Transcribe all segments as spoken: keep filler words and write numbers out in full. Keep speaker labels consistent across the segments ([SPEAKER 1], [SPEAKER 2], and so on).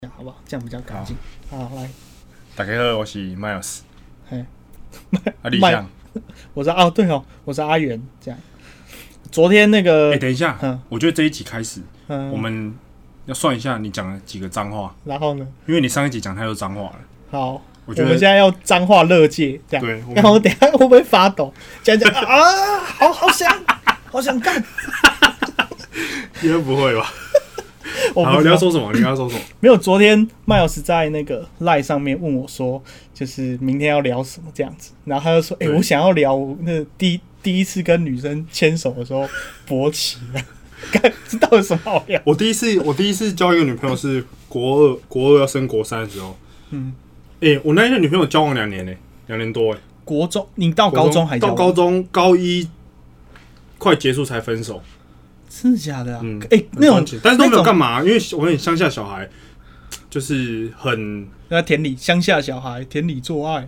[SPEAKER 1] 好不好？这样比较干净。好，来，
[SPEAKER 2] 大家好，我是 Miles。
[SPEAKER 1] 嘿，
[SPEAKER 2] 啊，李想，
[SPEAKER 1] 我是哦，对哦，我是阿元。这样，昨天那个，
[SPEAKER 2] 哎、欸，等一下，
[SPEAKER 1] 嗯，
[SPEAKER 2] 我觉得这一集开始，
[SPEAKER 1] 嗯，
[SPEAKER 2] 我们要算一下你讲了几个脏话，
[SPEAKER 1] 然后呢？
[SPEAKER 2] 因为你上一集讲太多脏话了。
[SPEAKER 1] 好，
[SPEAKER 2] 我觉得
[SPEAKER 1] 我们现在要脏话乐界，这样。
[SPEAKER 2] 对，
[SPEAKER 1] 然后等一下会不会发抖？讲讲啊，好好想，好想干。
[SPEAKER 2] 应该不会吧？
[SPEAKER 1] 我
[SPEAKER 2] 好，你要说什么？你要说什么？
[SPEAKER 1] 没有，昨天 Miles 在那个 Line 上面问我说，就是明天要聊什么这样子，然后他就说，哎、欸，我想要聊那第第一次跟女生牵手的时候勃起啊，干，这到底什么好聊？
[SPEAKER 2] 我第一次，我第一次交一个女朋友是国二，国二要升国三的时候。嗯，哎、欸，我那一个女朋友交往两年呢、欸，两年多哎、欸。
[SPEAKER 1] 国中，你到高中还交往？
[SPEAKER 2] 到高中高一快结束才分手。
[SPEAKER 1] 真的假的啊？
[SPEAKER 2] 嗯，
[SPEAKER 1] 哎、欸，那种
[SPEAKER 2] 但是都没有干嘛，因为我很乡下小孩，就是很
[SPEAKER 1] 那田里乡下小孩田里做爱，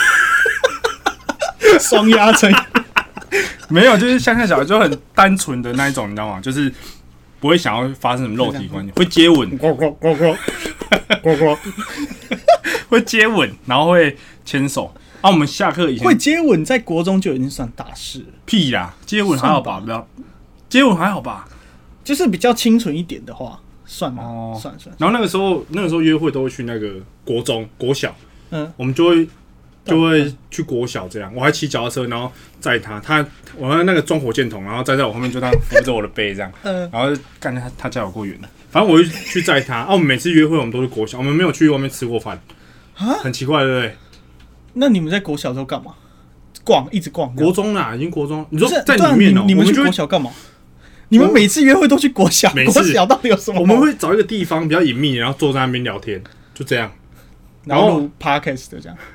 [SPEAKER 1] 双压成
[SPEAKER 2] 没有，就是乡下小孩就很单纯的那一种，你知道吗？就是不会想要发生什么肉体关系，会接吻，
[SPEAKER 1] 呱呱呱呱呱呱，
[SPEAKER 2] 会接吻，然后会牵手。啊，我们下课以前
[SPEAKER 1] 会接吻，在国中就已经算大事了。
[SPEAKER 2] 屁啦，接吻还好吧？不要。接吻还好吧，
[SPEAKER 1] 就是比较清纯一点的话，算了，
[SPEAKER 2] 哦、
[SPEAKER 1] 算了算了。
[SPEAKER 2] 然后那个时候，那个时候约会都会去那个国中、国小，嗯，我们就会就会去国小这样。我还骑脚踏车，然后载他，他我那个装火箭筒，然后载在我后面，就他扶着我的背这样，嗯，然后干他他家有够远的，反正我就去载他。啊，我们每次约会我们都是国小，我们没有去外面吃过饭，很奇怪，对不对？
[SPEAKER 1] 那你们在国小的时候干嘛？逛，一直逛。
[SPEAKER 2] 国中啦，已经国中。你说在里面哦、喔，
[SPEAKER 1] 你们去国小干嘛？你们每次约会都去国小，国小到底有什么？
[SPEAKER 2] 我们会找一个地方比较隐秘，然后坐在那边聊天，就这样，
[SPEAKER 1] 然后录 podcast 的这样。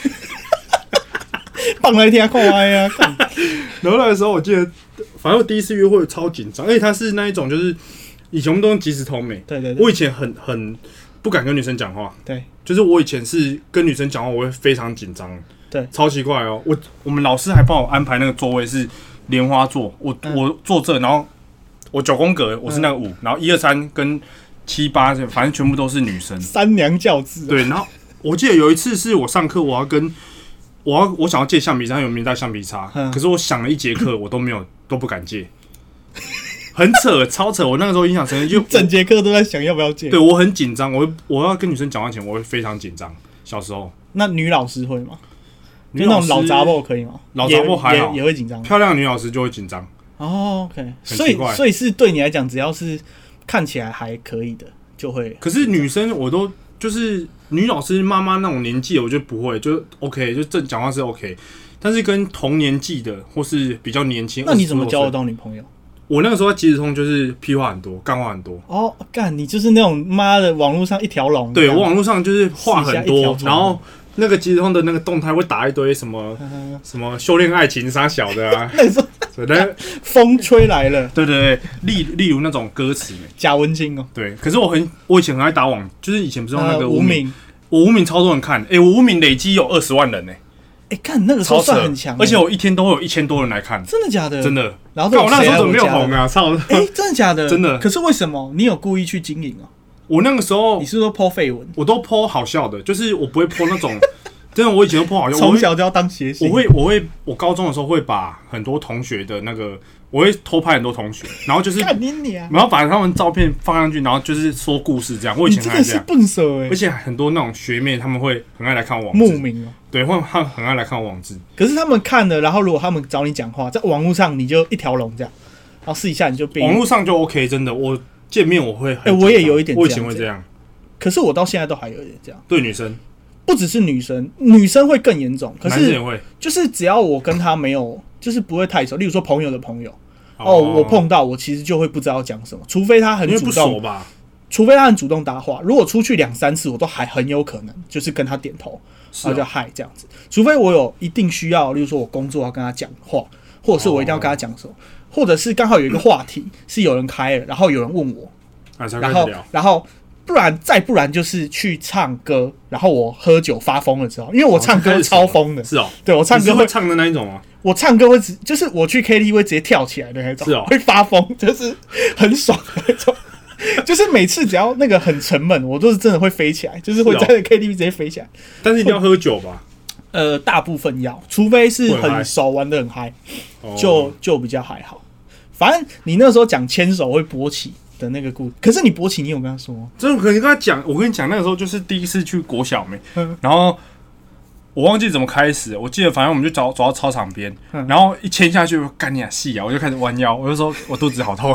[SPEAKER 1] 放来听看歪啊！
[SPEAKER 2] 然后那个时候我记得，反正我第一次约会超紧张，而且他是那一种，就是以前我们都用即时通美，
[SPEAKER 1] 对对对。
[SPEAKER 2] 我以前很很不敢跟女生讲话，
[SPEAKER 1] 对，
[SPEAKER 2] 就是我以前是跟女生讲话，我会非常紧张，
[SPEAKER 1] 对，
[SPEAKER 2] 超奇怪哦。我我们老师还帮我安排那个座位是莲花座，我、嗯、我坐这，然后。我九宫格，我是那个五、嗯，然后一二三跟七八，反正全部都是女生。
[SPEAKER 1] 三娘教子、啊。
[SPEAKER 2] 对，然后我记得有一次是我上课，我要跟我要我想要借橡皮擦，有没有带橡皮擦、嗯？可是我想了一节课，我都没有，都不敢借，很扯，超扯。我那个时候印象深刻，就
[SPEAKER 1] 整节课都在想要不要借。
[SPEAKER 2] 对我很紧张，我我要跟女生讲话前，我会非常紧张。小时候，
[SPEAKER 1] 那女老师会吗？就那种老杂货可以吗？
[SPEAKER 2] 老杂货还好，
[SPEAKER 1] 也, 也会紧张。
[SPEAKER 2] 漂亮的女老师就会紧张。
[SPEAKER 1] 哦 ，OK， 所以所以是对你来讲，只要是看起来还可以的，就会。
[SPEAKER 2] 可是女生我都就是女老师妈妈那种年纪，我就不会，就 OK， 就正讲话是 OK。但是跟同年纪的或是比较年轻，
[SPEAKER 1] 那你怎么交得到女朋友？
[SPEAKER 2] 我那个时候在即时通就是屁话很多，干话很多。
[SPEAKER 1] 哦，干，你就是那种妈的网络上一条龙。
[SPEAKER 2] 对，我网络上就是话很多，然后。那个即时通的那个动态会打一堆什么、嗯、什么修炼爱情啥小的啊，
[SPEAKER 1] 那时候风吹来了，
[SPEAKER 2] 对对对，例例如那种歌词
[SPEAKER 1] 假文青哦，
[SPEAKER 2] 对，可是我很我以前很爱打网，就是以前不是用那个无名、呃，我无名超多人看，哎、欸，我无名累积有二十万人呢、欸，
[SPEAKER 1] 哎、欸，看那个时候算很强、欸，
[SPEAKER 2] 而且我一天都会有一千多人来看，
[SPEAKER 1] 真的假的？
[SPEAKER 2] 真的，
[SPEAKER 1] 然后
[SPEAKER 2] 我那时候怎么没有红啊？操！
[SPEAKER 1] 哎、欸，真的假的？
[SPEAKER 2] 真的。
[SPEAKER 1] 可是为什么你有故意去经营啊？
[SPEAKER 2] 我那个时候
[SPEAKER 1] 你是说 po 绯闻？
[SPEAKER 2] 我都 po 好笑的，就是我不会 po 那种。真的，我以前都 po 好笑，
[SPEAKER 1] 从小就要当谐星。
[SPEAKER 2] 我会，我会，我高中的时候会把很多同学的那个，我会偷拍很多同学，然后就是，然后把他们照片放上去，然后就是说故事这样。我以前很爱这样，
[SPEAKER 1] 笨手哎！
[SPEAKER 2] 而且很多那种学妹他们会很爱来看我网
[SPEAKER 1] 志，慕名哦，
[SPEAKER 2] 对，会很很爱来看我网志。
[SPEAKER 1] 可是他们看了，然后如果他们找你讲话，在网络上你就一条龙这样，然后试一下你就变。
[SPEAKER 2] 网络上就 OK， 真的，我见面我会，哎、
[SPEAKER 1] 欸，我也有一点，
[SPEAKER 2] 我以前会这样，
[SPEAKER 1] 可是我到现在都还有一点这样。
[SPEAKER 2] 对女生。
[SPEAKER 1] 不只是女生，女生会更严重。可是
[SPEAKER 2] 男生也会，
[SPEAKER 1] 就是只要我跟他没有，就是不会太熟。例如说朋友的朋友，哦，哦我碰到我其实就会不知道讲什么，除非他很主动
[SPEAKER 2] 吧，
[SPEAKER 1] 除非他很主动搭话。如果出去两三次，我都还很有可能就是跟他点头，然后就嗨这样子。除非我有一定需要，例如说我工作要跟他讲话，或者是我一定要跟他讲什么，哦、或者是刚好有一个话题是有人开了，然后有人问我，
[SPEAKER 2] 啊、
[SPEAKER 1] 然后然后。不然再不然就是去唱歌，然后我喝酒发疯的时候，因为我唱歌超疯的，
[SPEAKER 2] 是哦，
[SPEAKER 1] 对我唱歌 会,
[SPEAKER 2] 会唱的那一种啊，
[SPEAKER 1] 我唱歌会直就是我去 K T V 会直接跳起来的那种，
[SPEAKER 2] 是哦，
[SPEAKER 1] 会发疯，就是很爽的那种。 就是每次只要那个很沉闷，我都是真的会飞起来，就是会在 K T V 直接飞起来。
[SPEAKER 2] 但是一定要喝酒吧？
[SPEAKER 1] 呃，大部分要，除非是很熟玩的很嗨，就就比较还好。反正你那时候讲牵手会勃起的那个故事，可是你勃起，你有跟他说吗？
[SPEAKER 2] 真的，可能跟他讲，我跟你讲，那个时候就是第一次去国小没，然后我忘记怎么开始，我记得反正我们就走走到操场边，然后一牵下去，干你啊细啊，我就开始弯腰，我就说我肚子好痛，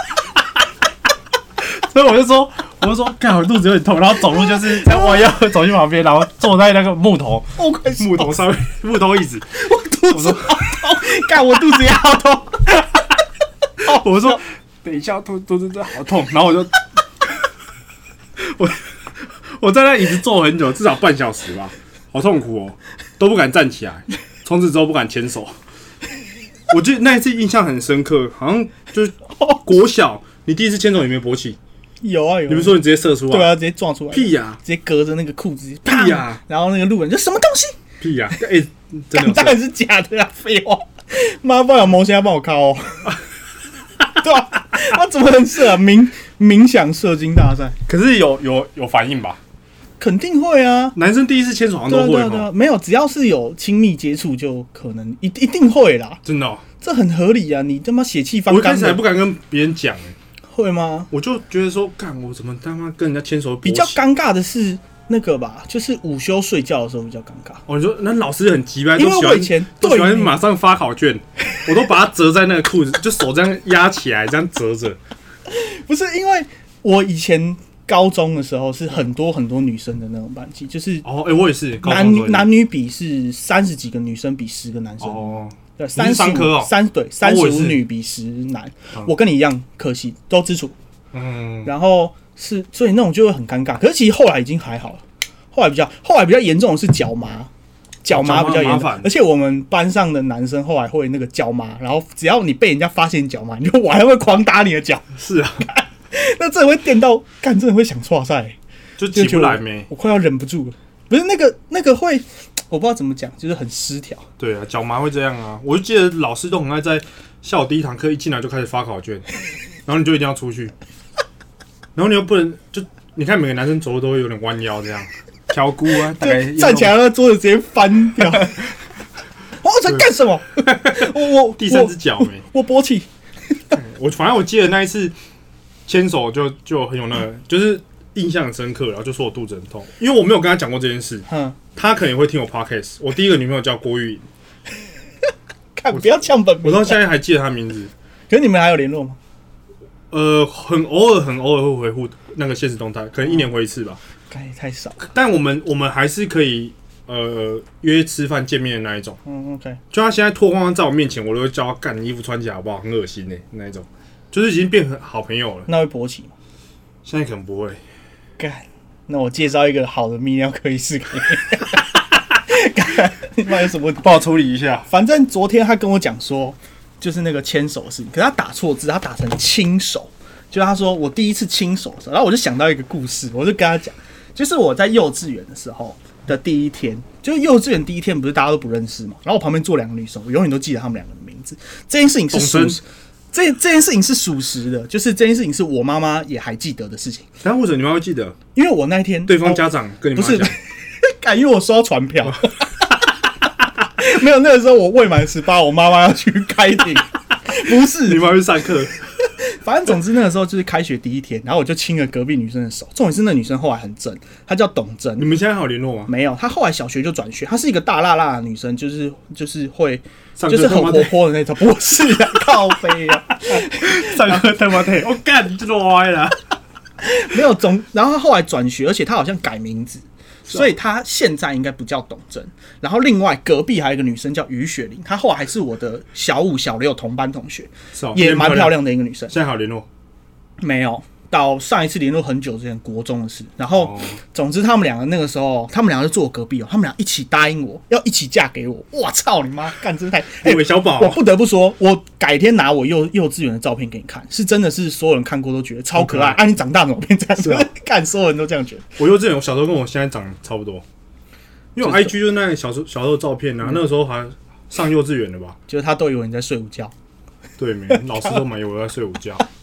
[SPEAKER 2] 所以我就说我就说干我肚子有点痛，然后走路就是在弯腰走去旁边，然后坐在那个木头木头上面木头椅子，
[SPEAKER 1] 我肚子好痛，干我肚子也好痛。
[SPEAKER 2] 我说等一下，肚肚子真的好痛，然后我就我我在那椅子坐很久，至少半小时吧，好痛苦哦，都不敢站起来，从此之后不敢牵手。我记得那一次印象很深刻，好像就是国小，你第一次牵手有没有勃起？
[SPEAKER 1] 有啊有啊。
[SPEAKER 2] 你不是说你直接射出来？
[SPEAKER 1] 对啊，直接撞出来。
[SPEAKER 2] 屁呀、啊！
[SPEAKER 1] 直接隔着那个裤子。
[SPEAKER 2] 屁呀、啊！
[SPEAKER 1] 然后那个路人就什么东西？
[SPEAKER 2] 屁呀、啊！哎、欸，真的
[SPEAKER 1] 当然是假的啊！废话，妈不然有毛线要帮我敲哦。对啊，他怎么能射啊？冥冥想射精大赛，
[SPEAKER 2] 可是有有有反应吧？
[SPEAKER 1] 肯定会啊！
[SPEAKER 2] 男生第一次牵手好像都会
[SPEAKER 1] 对啊对啊，没有，只要是有亲密接触，就可能一一定会啦。
[SPEAKER 2] 真的、哦，
[SPEAKER 1] 这很合理啊！你他妈血气方刚，
[SPEAKER 2] 我一开始还不敢跟别人讲、欸，
[SPEAKER 1] 会吗？
[SPEAKER 2] 我就觉得说，干我怎么他妈跟人家牵手？
[SPEAKER 1] 比较尴尬的是那个吧，就是午休睡觉的时候比较尴尬。
[SPEAKER 2] 哦，你说那老师很急吧？
[SPEAKER 1] 因为我以前
[SPEAKER 2] 都喜欢马上发考卷，我都把它折在那个裤子，就手这样压起来，这样折着。
[SPEAKER 1] 不是因为我以前高中的时候是很多很多女生的那种班级，就是
[SPEAKER 2] 哦，哎、欸，我也是，
[SPEAKER 1] 男女男女比是三十几个女生比十个男生。哦，对，三十五三对三十五女比十男、哦。我跟你一样，可惜都基础。嗯，然后是所以那种就会很尴尬。可是其实后来已经还好了，后来比较后来比较严重的是脚麻。脚麻比较严重，而且我们班上的男生后来会那个脚麻，然后只要你被人家发现脚麻，你就我还会狂打你的脚。
[SPEAKER 2] 是啊，
[SPEAKER 1] 那真的会电到，干真的会想挫赛，
[SPEAKER 2] 就起不来没？
[SPEAKER 1] 我快要忍不住了。不是那个那个会，我不知道怎么讲，就是很失调。
[SPEAKER 2] 对啊，脚麻会这样啊。我就记得老师都很爱在下午第一堂课一进来就开始发考卷，然后你就一定要出去，然后你又不能就你看每个男生走路都会有点弯腰这样。挑菇啊，大概
[SPEAKER 1] 站起来，那桌子直接翻掉。我在干什么？我我
[SPEAKER 2] 第三只脚没，
[SPEAKER 1] 我勃起。
[SPEAKER 2] 我反正我记得那一次牵手就就很有那个，就是印象很深刻，然后就说我肚子很痛，因为我没有跟他讲过这件事。嗯，他可能会听我 podcast。我第一个女朋友叫郭玉莹，
[SPEAKER 1] 看不要呛本名，
[SPEAKER 2] 我到现在还记得她名字。
[SPEAKER 1] 可是你们还有联络吗？
[SPEAKER 2] 呃，很偶尔，很偶尔会回复那个现实动态，可能一年回一次吧。
[SPEAKER 1] 该太少，
[SPEAKER 2] 但我们我们还是可以呃约吃饭见面的那一种。
[SPEAKER 1] 嗯 ，OK。
[SPEAKER 2] 就他现在脱光光在我面前，我都会叫他干衣服穿起来好不好？很恶心呢、欸，那一种，就是已经变成好朋友了。
[SPEAKER 1] 那会勃起吗？
[SPEAKER 2] 现在可能不会。
[SPEAKER 1] 干，那我介绍一个好的泌尿科医师给你。干，你妈有什么问题？
[SPEAKER 2] 帮我处理一下。
[SPEAKER 1] 反正昨天他跟我讲说，就是那个牵手的事情，可是他打错字，他打成亲手。就他说我第一次亲手的时候，然后我就想到一个故事，我就跟他讲。就是我在幼稚园的时候的第一天，就是幼稚园第一天，不是大家都不认识嘛？然后我旁边坐两个女生，我永远都记得她们两个的名字。这件事情是属实，这这件事情是属实的，就是这件事情是我妈妈也还记得的事情。
[SPEAKER 2] 但为什么你妈会记得？
[SPEAKER 1] 因为我那天
[SPEAKER 2] 对方家长跟你妈讲，
[SPEAKER 1] 不是，敢因为我收到传票，没有那个时候我未满十八，我妈妈要去开庭，不是
[SPEAKER 2] 你妈去上课。
[SPEAKER 1] 反正总之那个时候就是开学第一天，然后我就亲了隔壁女生的手。重点是那女生后来很正，她叫董真。
[SPEAKER 2] 你们现在还有联络吗？
[SPEAKER 1] 没有，她后来小学就转学，她是一个大辣辣的女生，就是就是会就是很活泼的那种。不是啊，靠北啊，
[SPEAKER 2] 上课他妈的，我干你就歪了。
[SPEAKER 1] 没有总，然后她后来转学，而且她好像改名字。所以她现在应该不叫董真，然后另外隔壁还有一个女生叫于雪玲，她后来还是我的小五、小六同班同学，
[SPEAKER 2] 哦、
[SPEAKER 1] 也蛮漂亮的一个女生。
[SPEAKER 2] 现在还有联络？
[SPEAKER 1] 没有，到上一次联络很久之前，国中的事。然后，哦、总之他们两个那个时候，他们两个就坐我隔壁哦，他们俩一起答应我要一起嫁给我。我操你妈，干真太！
[SPEAKER 2] 欸、韦小宝，
[SPEAKER 1] 我不得不说，我改天拿我幼幼稚园的照片给你看，是真的是所有人看过都觉得超可爱。啊，你长大怎么变这样？是啊，看所有人都这样觉得。
[SPEAKER 2] 我幼稚园，我小时候跟我现在长得差不多。因为我 I G 就是那个小时候小时候的照片啊，嗯、那个时候还上幼稚园了吧？
[SPEAKER 1] 就是他都以为你在睡午觉，
[SPEAKER 2] 对没？老师都蛮以为我在睡午觉。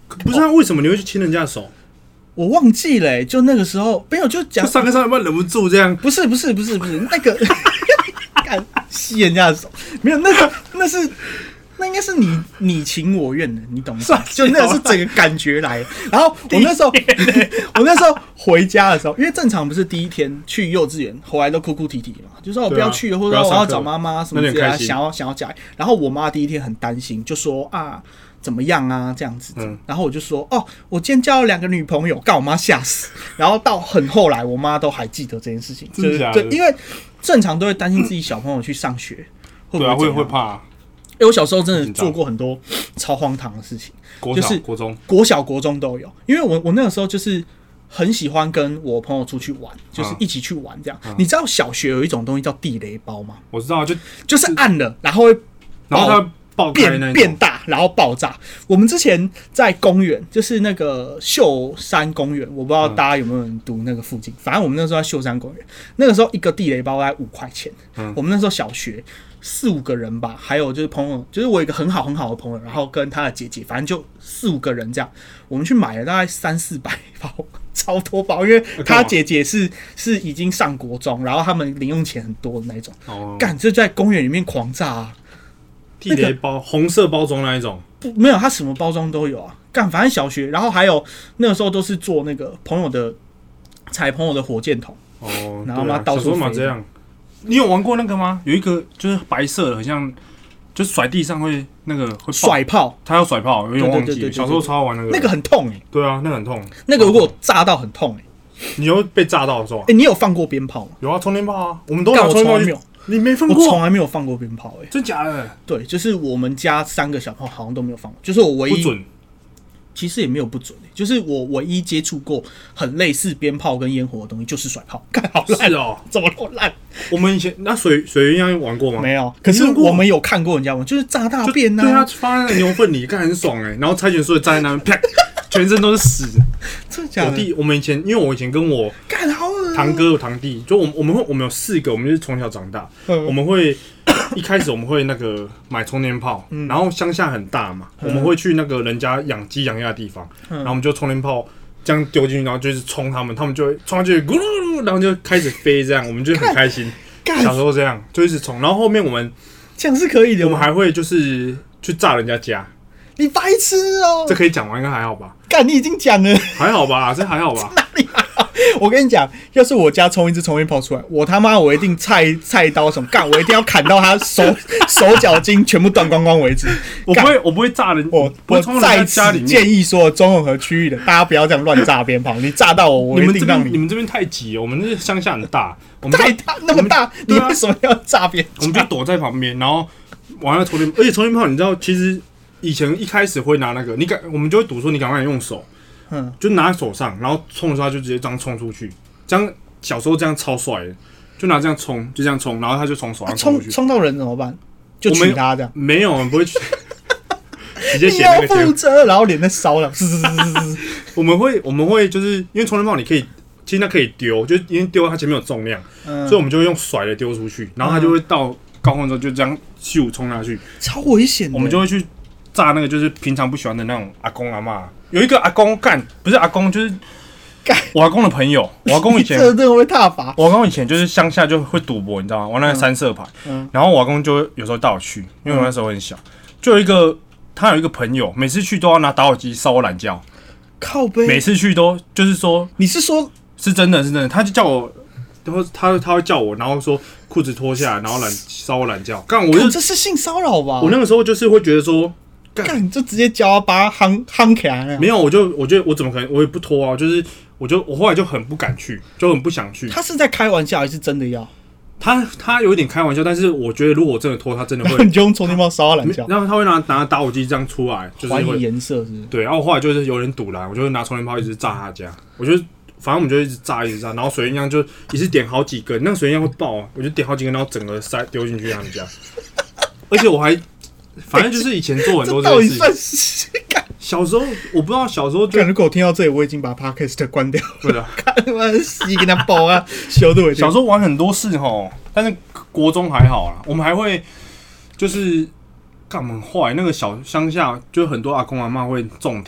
[SPEAKER 2] 不是啊，为什么你会去亲人家的手？
[SPEAKER 1] 我忘记了、欸，就那个时候没有就讲，
[SPEAKER 2] 就上课上一半忍不住这样。
[SPEAKER 1] 不是不是不是不是那个，干吸人家的手，没有那个那是那应该是你你情我愿的，你懂吗？就那个是整个感觉来的。然后我那时候我那时候回家的时候，因为正常不是第一天去幼稚园回来都哭哭啼啼嘛，就说我不要去了，或者说我要找妈妈什么之类的，想要想要家。然后我妈第一天很担心，就说啊。怎么样啊？这样子，嗯、然后我就说哦，我今天交了两个女朋友，干我妈吓死。然后到很后来，我妈都还记得这件事情，
[SPEAKER 2] 真的假的？
[SPEAKER 1] 对，因为正常都会担心自己小朋友去上学，会不会、
[SPEAKER 2] 对啊、会会怕、啊。
[SPEAKER 1] 因为我小时候真的做过很多超荒唐的事情，就是
[SPEAKER 2] 国中、
[SPEAKER 1] 国小、国中都有。因为我我那个时候就是很喜欢跟我朋友出去玩，就是一起去玩这样。嗯、你知道小学有一种东西叫地雷包吗？
[SPEAKER 2] 我知道，就
[SPEAKER 1] 就是按了，然后会
[SPEAKER 2] 然后它。
[SPEAKER 1] 变变大，然后爆炸。我们之前在公园，就是那个秀山公园，我不知道大家有没有人读那个附近。反正我们那时候在秀山公园，那个时候一个地雷包大概五块钱。嗯、我们那时候小学四五个人吧，还有就是朋友，就是我有一个很好很好的朋友，然后跟他的姐姐，反正就四五个人这样，我们去买了大概三四百包，超多包，因为他姐姐是是已经上国中，然后他们零用钱很多的那种。哦，干就在公园里面狂炸啊！
[SPEAKER 2] 地雷包、那个、红色包装那一种，
[SPEAKER 1] 不没有，它什么包装都有啊。干，反正小学，然后还有那个时候都是做那个朋友的踩朋友的火箭筒哦，然后嘛到处
[SPEAKER 2] 飞这样。你有玩过那个吗？有一个就是白色的，很像就是甩地上会那个会
[SPEAKER 1] 甩炮，
[SPEAKER 2] 它要甩炮，有点忘记了。小时候超好玩那个，
[SPEAKER 1] 那个很痛哎、欸。
[SPEAKER 2] 对啊，那个很痛。
[SPEAKER 1] 那个如果炸到很痛哎、
[SPEAKER 2] 欸，你有被炸到的时候、啊？
[SPEAKER 1] 哎、欸，你有放过鞭炮吗？
[SPEAKER 2] 有啊，充电炮啊，我们都有充电炮。你没放过？
[SPEAKER 1] 我从来没有放过鞭炮、欸，哎，
[SPEAKER 2] 真假的？
[SPEAKER 1] 对，就是我们家三个小朋友好像都没有放过，就是我唯一
[SPEAKER 2] 不准。
[SPEAKER 1] 其实也没有不准、欸，就是我唯一接触过很类似鞭炮跟烟火的东西，就是甩炮。干好烂
[SPEAKER 2] 哦，
[SPEAKER 1] 怎么那么烂？
[SPEAKER 2] 我们以前那水水鸳鸯玩过吗？
[SPEAKER 1] 没有，可是我们有看过人家玩，就是炸大便啊，
[SPEAKER 2] 对啊，放在那个牛粪里，干很爽哎、欸。然后猜拳输的站在那边，啪，全身都是屎。
[SPEAKER 1] 真的假的？
[SPEAKER 2] 我弟，我们以前，因为我以前跟我
[SPEAKER 1] 干好恶
[SPEAKER 2] 堂哥、堂弟，就我们我们会我们有四个，我们就是从小长大，嗯、我们会一开始我们会那个买充电炮，嗯、然后乡下很大嘛，嗯、我们会去那个人家养鸡养鸭的地方，嗯、然后我们就充电炮这样丢进去，然后就是冲他们，他们就会冲上去，咕噜噜，然后就开始飞，这样我们就很开心。小时候这样就一直冲，然后后面我们
[SPEAKER 1] 这样是可以的，
[SPEAKER 2] 我们还会就是去炸人家家。
[SPEAKER 1] 你白痴哦、喔！
[SPEAKER 2] 这可以讲完，应该还好吧？
[SPEAKER 1] 干，你已经讲了，
[SPEAKER 2] 还好吧？这还好吧？
[SPEAKER 1] 哪里还好？我跟你讲，要是我家冲一支充电炮出来，我他妈我一定菜菜刀什么干，我一定要砍到他手手脚筋全部断光光为止。
[SPEAKER 2] 我不会，我不会炸人，
[SPEAKER 1] 我
[SPEAKER 2] 我
[SPEAKER 1] 在此建议所有中永和区域的大家不要这样乱炸鞭炮，你炸到我，我一定让
[SPEAKER 2] 你。你们这边太挤了，我们这乡下很大，我们
[SPEAKER 1] 太大那么大，你为什么要炸鞭？
[SPEAKER 2] 我们就躲在旁边，然后玩那充电，而且充电炮你知道其实。以前一开始会拿那个，你赶我们就会赌说你赶快用手，嗯，就拿在手上，然后冲的时候就直接这样冲出去，这样小时候这样超帅的，就拿这样冲，就这样冲，然后他就从手上冲出去，
[SPEAKER 1] 冲、啊、到人怎么办？就取他这样？
[SPEAKER 2] 没有，我们不会取，直接写
[SPEAKER 1] 那个。你要负责，然后脸在烧了，
[SPEAKER 2] 我们会我们会就是因为充电炮你可以，其实它可以丢，就因为丢它前面有重量，嗯、所以我们就会用甩的丢出去，然后它就会到高空之后就这样咻冲下去，
[SPEAKER 1] 超危险的。
[SPEAKER 2] 我们就会去。炸那个就是平常不喜欢的那种阿公阿嬷，有一个阿公干不是阿公就是我阿公的朋友，我阿公以前
[SPEAKER 1] 这这会踏伐，
[SPEAKER 2] 我阿公以前就是乡下就会赌博，你知道吗？玩那个三色牌，嗯，然后我阿公就有时候带我去，因为我那时候很小，就有一个他有一个朋友，每次去都要拿打火机烧我懒觉，
[SPEAKER 1] 靠背，
[SPEAKER 2] 每次去都就是说，
[SPEAKER 1] 你是说
[SPEAKER 2] 是真的是真的，他就叫我。然后他他会叫我，然后说裤子脱下来，然后懒烧我懒觉，干我就
[SPEAKER 1] 这是性骚扰吧？
[SPEAKER 2] 我那个时候就是会觉得说。
[SPEAKER 1] 干就直接叫他把他夯夯起来。
[SPEAKER 2] 没有，我就我觉得我怎么可能，我也不脱啊，就是我就我后来就很不敢去，就很不想去。
[SPEAKER 1] 他是在开玩笑还是真的要？
[SPEAKER 2] 他他有一点开玩笑，但是我觉得如果我真的脱，他真的会。
[SPEAKER 1] 你就用充电宝烧他懒觉，
[SPEAKER 2] 然后他会拿拿打火机这样出来，就是
[SPEAKER 1] 怀疑颜色是不是？
[SPEAKER 2] 对，然后我后来就是有人堵拦，我就会拿充电炮一直炸他家。我觉得反正我们就一直炸一直炸，然后水鸳鸯就一次点好几根，那个水鸳鸯会爆啊，我就点好几根，然后整个塞丢进去他们家，而且我还。反正就是以前做很多这些事情。小时候我不知道，小时候就
[SPEAKER 1] 如果我听到这里，我已经把 Podcast 关掉了。
[SPEAKER 2] 对的，
[SPEAKER 1] 看他妈洗给他爆啊，修的。
[SPEAKER 2] 小时候玩很多事齁，但是国中还好啦。我们还会就是干嘛坏？那个小乡下就很多阿公阿嬷会种田，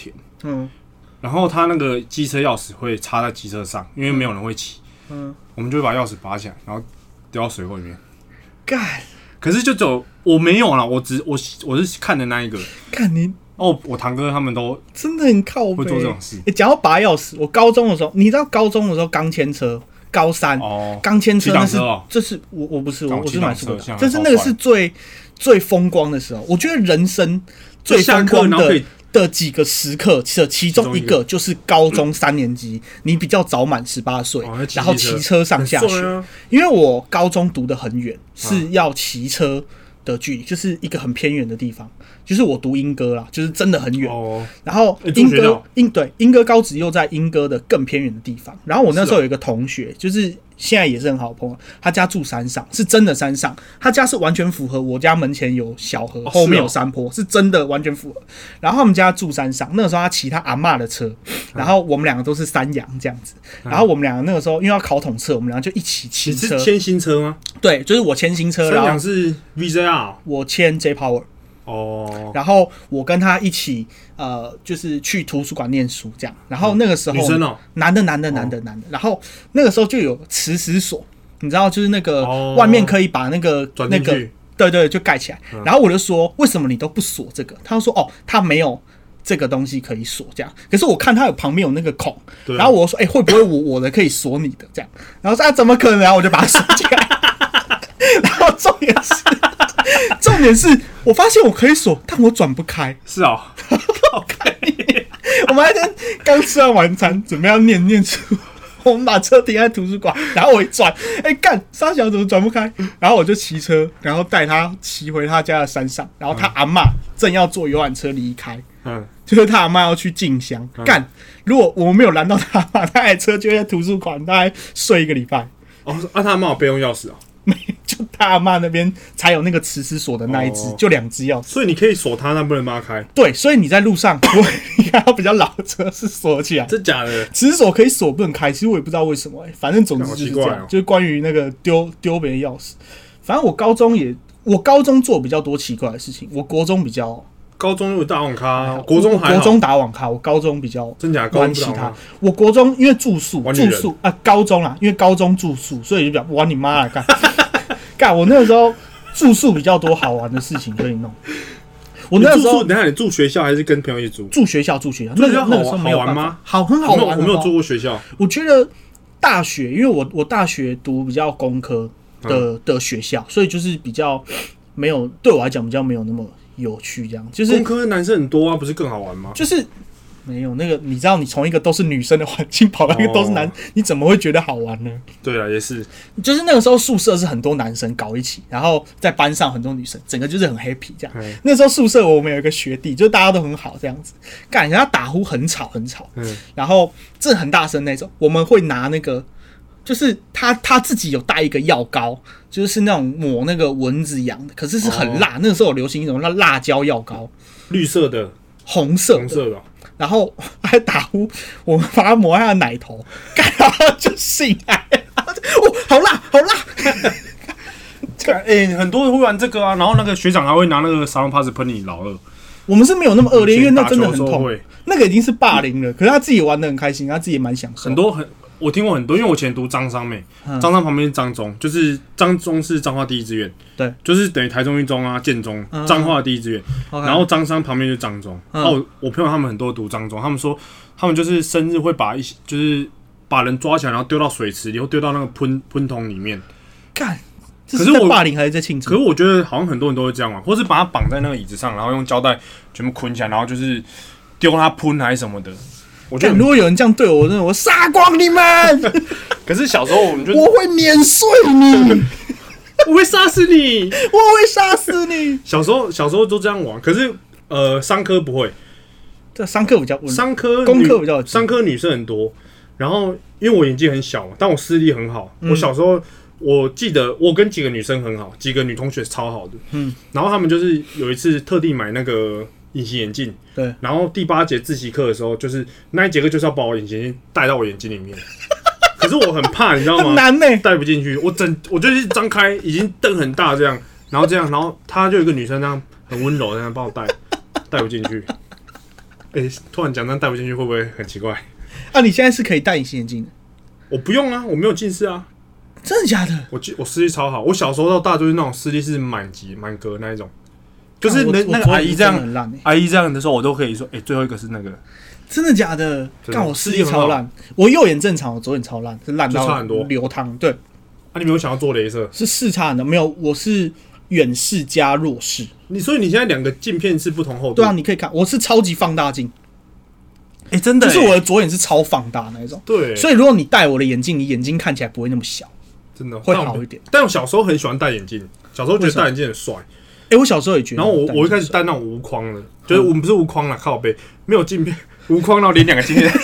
[SPEAKER 2] 嗯，然后他那个机车钥匙会插在机车上，因为没有人会骑，嗯，我们就会把钥匙拔起来，然后丢到水沟里面。
[SPEAKER 1] 干，
[SPEAKER 2] 可是就走，我没有啦，我只我我是看的那一个。
[SPEAKER 1] 看你
[SPEAKER 2] 哦，我堂哥他们都
[SPEAKER 1] 真的很靠北，
[SPEAKER 2] 会做这种事。
[SPEAKER 1] 欸，讲到拔钥匙，我高中的时候，你知道高中的时候刚牵车。高三，刚牵车那是，这是我我不是我我是买速达，这是那个是最最风光的时候。我觉得人生最风光的的几个时刻，其中一个就是高中三年级，你比较早满十八岁，然后骑车上下学。因为我高中读得很远，是要骑车的距离，就是一个很偏远的地方。就是我读莺歌啦，就是真的很远。哦、然后莺歌莺对莺歌高职又在莺歌的更偏远的地方。然后我那时候有一个同学，就是现在也是很好的朋友，他家住山上，是真的山上，他家是完全符合我家门前有小河，后面有山坡，是真的完全符合。然后他们家住山上，那个时候他骑他阿嬷的车，然后我们两个都是山羊这样子。然后我们两个那个时候因为要考统测，我们两个就一起骑车。
[SPEAKER 2] 你是牵新车吗？
[SPEAKER 1] 对，就是我牵新车，
[SPEAKER 2] 山羊是 V J R，
[SPEAKER 1] 我牵 J Power。哦，然后我跟他一起，呃，就是去图书馆念书这样。然后那个时候，
[SPEAKER 2] 女生哦，
[SPEAKER 1] 男的，男的，男的，男的。然后那个时候就有磁石锁，你知道，就是那个外面可以把那个那个，对对，就盖起来。然后我就说，为什么你都不锁这个？他就说，哦，他没有这个东西可以锁这样。可是我看他有旁边有那个孔，然后我说，哎、欸，会不会我我的可以锁你的这样？然后说啊，怎么可能？然后我就把它锁起来。然后重点是。重点是我发现我可以锁，但我转不开。
[SPEAKER 2] 是哦，
[SPEAKER 1] 我们那天刚吃完晚餐，准备要念念书，我们把车停在图书馆，然后我一转，哎、欸、干，沙小怎么转不开？然后我就骑车，然后带他骑回他家的山上，然后他阿嬷正要坐游览车离开，嗯，就是他阿嬷要去进香，干、嗯，如果我没有拦到他阿嬷，他台车就在图书馆大概睡一个礼拜。
[SPEAKER 2] 哦，啊，他阿嬷有备用钥匙啊？
[SPEAKER 1] 没，就他阿嬷那边才有那个磁石锁的那一只，哦、就两只钥匙，
[SPEAKER 2] 所以你可以锁它，但不能帮他开。
[SPEAKER 1] 对，所以你在路上，你看到比较老的车是锁起来，
[SPEAKER 2] 真假的？
[SPEAKER 1] 磁石锁可以锁，不能开。其实我也不知道为什么、欸，反正总之就是这样，哦、就是关于那个丢丢别人钥匙。反正我高中也，我高中做比较多奇怪的事情，我国中比较。
[SPEAKER 2] 高中有打网咖，国中还好。
[SPEAKER 1] 国中打网咖，我高中比较
[SPEAKER 2] 真假
[SPEAKER 1] 玩其他。我国中因为住宿，住宿啊，高中啦，因为高中住宿，所以就比较玩你妈了干。干我那个时候住宿比较多好玩的事情可以弄。我那个时候，
[SPEAKER 2] 等一下你住学校还是跟朋友一起住？
[SPEAKER 1] 住学校，住学校。那个那个时候没有
[SPEAKER 2] 好玩吗？
[SPEAKER 1] 好，很好玩。
[SPEAKER 2] 我没有住过学校。
[SPEAKER 1] 我觉得大学，因为我我大学读比较工科的、嗯、的学校，所以就是比较没有对我来讲比较没有那么。有趣，这样就是
[SPEAKER 2] 工科男生很多啊，不是更好玩吗？
[SPEAKER 1] 就是没有那个，你知道，你从一个都是女生的环境跑到一个都是男，哦、你怎么会觉得好玩呢？
[SPEAKER 2] 对啊，也是，
[SPEAKER 1] 就是那个时候宿舍是很多男生搞一起，然后在班上很多女生，整个就是很 happy 这样。那时候宿舍我们有一个学弟，就是大家都很好这样子，干人家打呼很吵很吵，嗯、然后真的很大声那种，我们会拿那个。就是他他自己有带一个药膏，就是那种抹那个蚊子痒的，可是是很辣。哦、那个时候有流行一种叫辣椒药膏，
[SPEAKER 2] 绿色的、
[SPEAKER 1] 红色的、
[SPEAKER 2] 红色的，然
[SPEAKER 1] 后还打呼，我们把它抹在他的奶头，然后就醒来，哦，好辣，好辣！
[SPEAKER 2] 哎、欸，很多人会玩这个啊，然后那个学长还会拿那个沙龙 pass 喷你老二。
[SPEAKER 1] 我们是没有那么恶劣，因为那真的很痛，那个已经是霸凌了。可是他自己玩得很开心，他自己也蛮享受。
[SPEAKER 2] 很多很。我听过很多，因为我以前读彰商妹，彰商旁边是彰中，就是彰中是彰化第一志愿，
[SPEAKER 1] 对，
[SPEAKER 2] 就是等于台中一中啊、建中、彰化第一志愿，然后彰商旁边就是彰中。然后我朋友他们很多读彰中，他们说他们就是生日会把一些就是把人抓起来，然后丢到水池里，或丢到那个喷喷桶里面。
[SPEAKER 1] 干，可是我霸凌还是在庆祝？
[SPEAKER 2] 可是我觉得好像很多人都会这样玩，或是把他绑在那个椅子上，然后用胶带全部捆起来，然后就是丢他喷还是什么的。
[SPEAKER 1] 我觉得如果有人这样对我，我真的我杀光你们！
[SPEAKER 2] 可是小时候我们就
[SPEAKER 1] 我会碾碎你，
[SPEAKER 2] 我会杀死你，
[SPEAKER 1] 我会杀死你。
[SPEAKER 2] 小时候小时候都这样玩，可是呃，商科不会，
[SPEAKER 1] 这商科比较
[SPEAKER 2] 商科
[SPEAKER 1] 工科比较
[SPEAKER 2] 商科女生很多。然后因为我年纪很小，但我视力很好。嗯、我小时候我记得我跟几个女生很好，几个女同学超好的。嗯，然后他们就是有一次特地买那个。隐形眼镜，
[SPEAKER 1] 对，
[SPEAKER 2] 然后第八节自习课的时候，就是那一节课就是要把我隐形眼镜戴到我眼睛里面，可是我很怕，你知道吗？
[SPEAKER 1] 很难呢、欸，
[SPEAKER 2] 戴不进去。我整我就是张开，已经瞪很大这样，然后这样，然后他就有一个女生这样很温柔这样帮我戴，戴不进去。 哎、欸，突然讲这样戴不进去会不会很奇怪？
[SPEAKER 1] 啊，你现在是可以戴隐形眼镜的？
[SPEAKER 2] 我不用啊，我没有近视啊。
[SPEAKER 1] 真的假的？
[SPEAKER 2] 我我视力超好，我小时候到大就是那种视力是满级满格那一种，就是那那个阿姨这样，欸、阿姨这样的时候，我都可以说，哎、欸，最后一个是那个。
[SPEAKER 1] 真的假的？干我视力超烂，我右眼正常，我左眼超烂，是烂到流汤。对，
[SPEAKER 2] 啊，你没有想要做雷射？
[SPEAKER 1] 是视差很多，没有，我是远视加弱视。
[SPEAKER 2] 你所以你现在两个镜片是不同厚度？
[SPEAKER 1] 对啊，你可以看，我是超级放大镜。
[SPEAKER 2] 哎、欸，真的、欸，
[SPEAKER 1] 就是我的左眼是超放大那一种。
[SPEAKER 2] 对，
[SPEAKER 1] 所以如果你戴我的眼镜，你眼睛看起来不会那么小。
[SPEAKER 2] 真的
[SPEAKER 1] 会好一点，
[SPEAKER 2] 但我小时候很喜欢戴眼镜，小时候觉得戴眼镜很帅。
[SPEAKER 1] 哎、欸，我小时候也觉得。
[SPEAKER 2] 然后我我一开始戴那种无框的，就是我们不是无框啦，靠背没有镜片，无框，然后连两个镜片，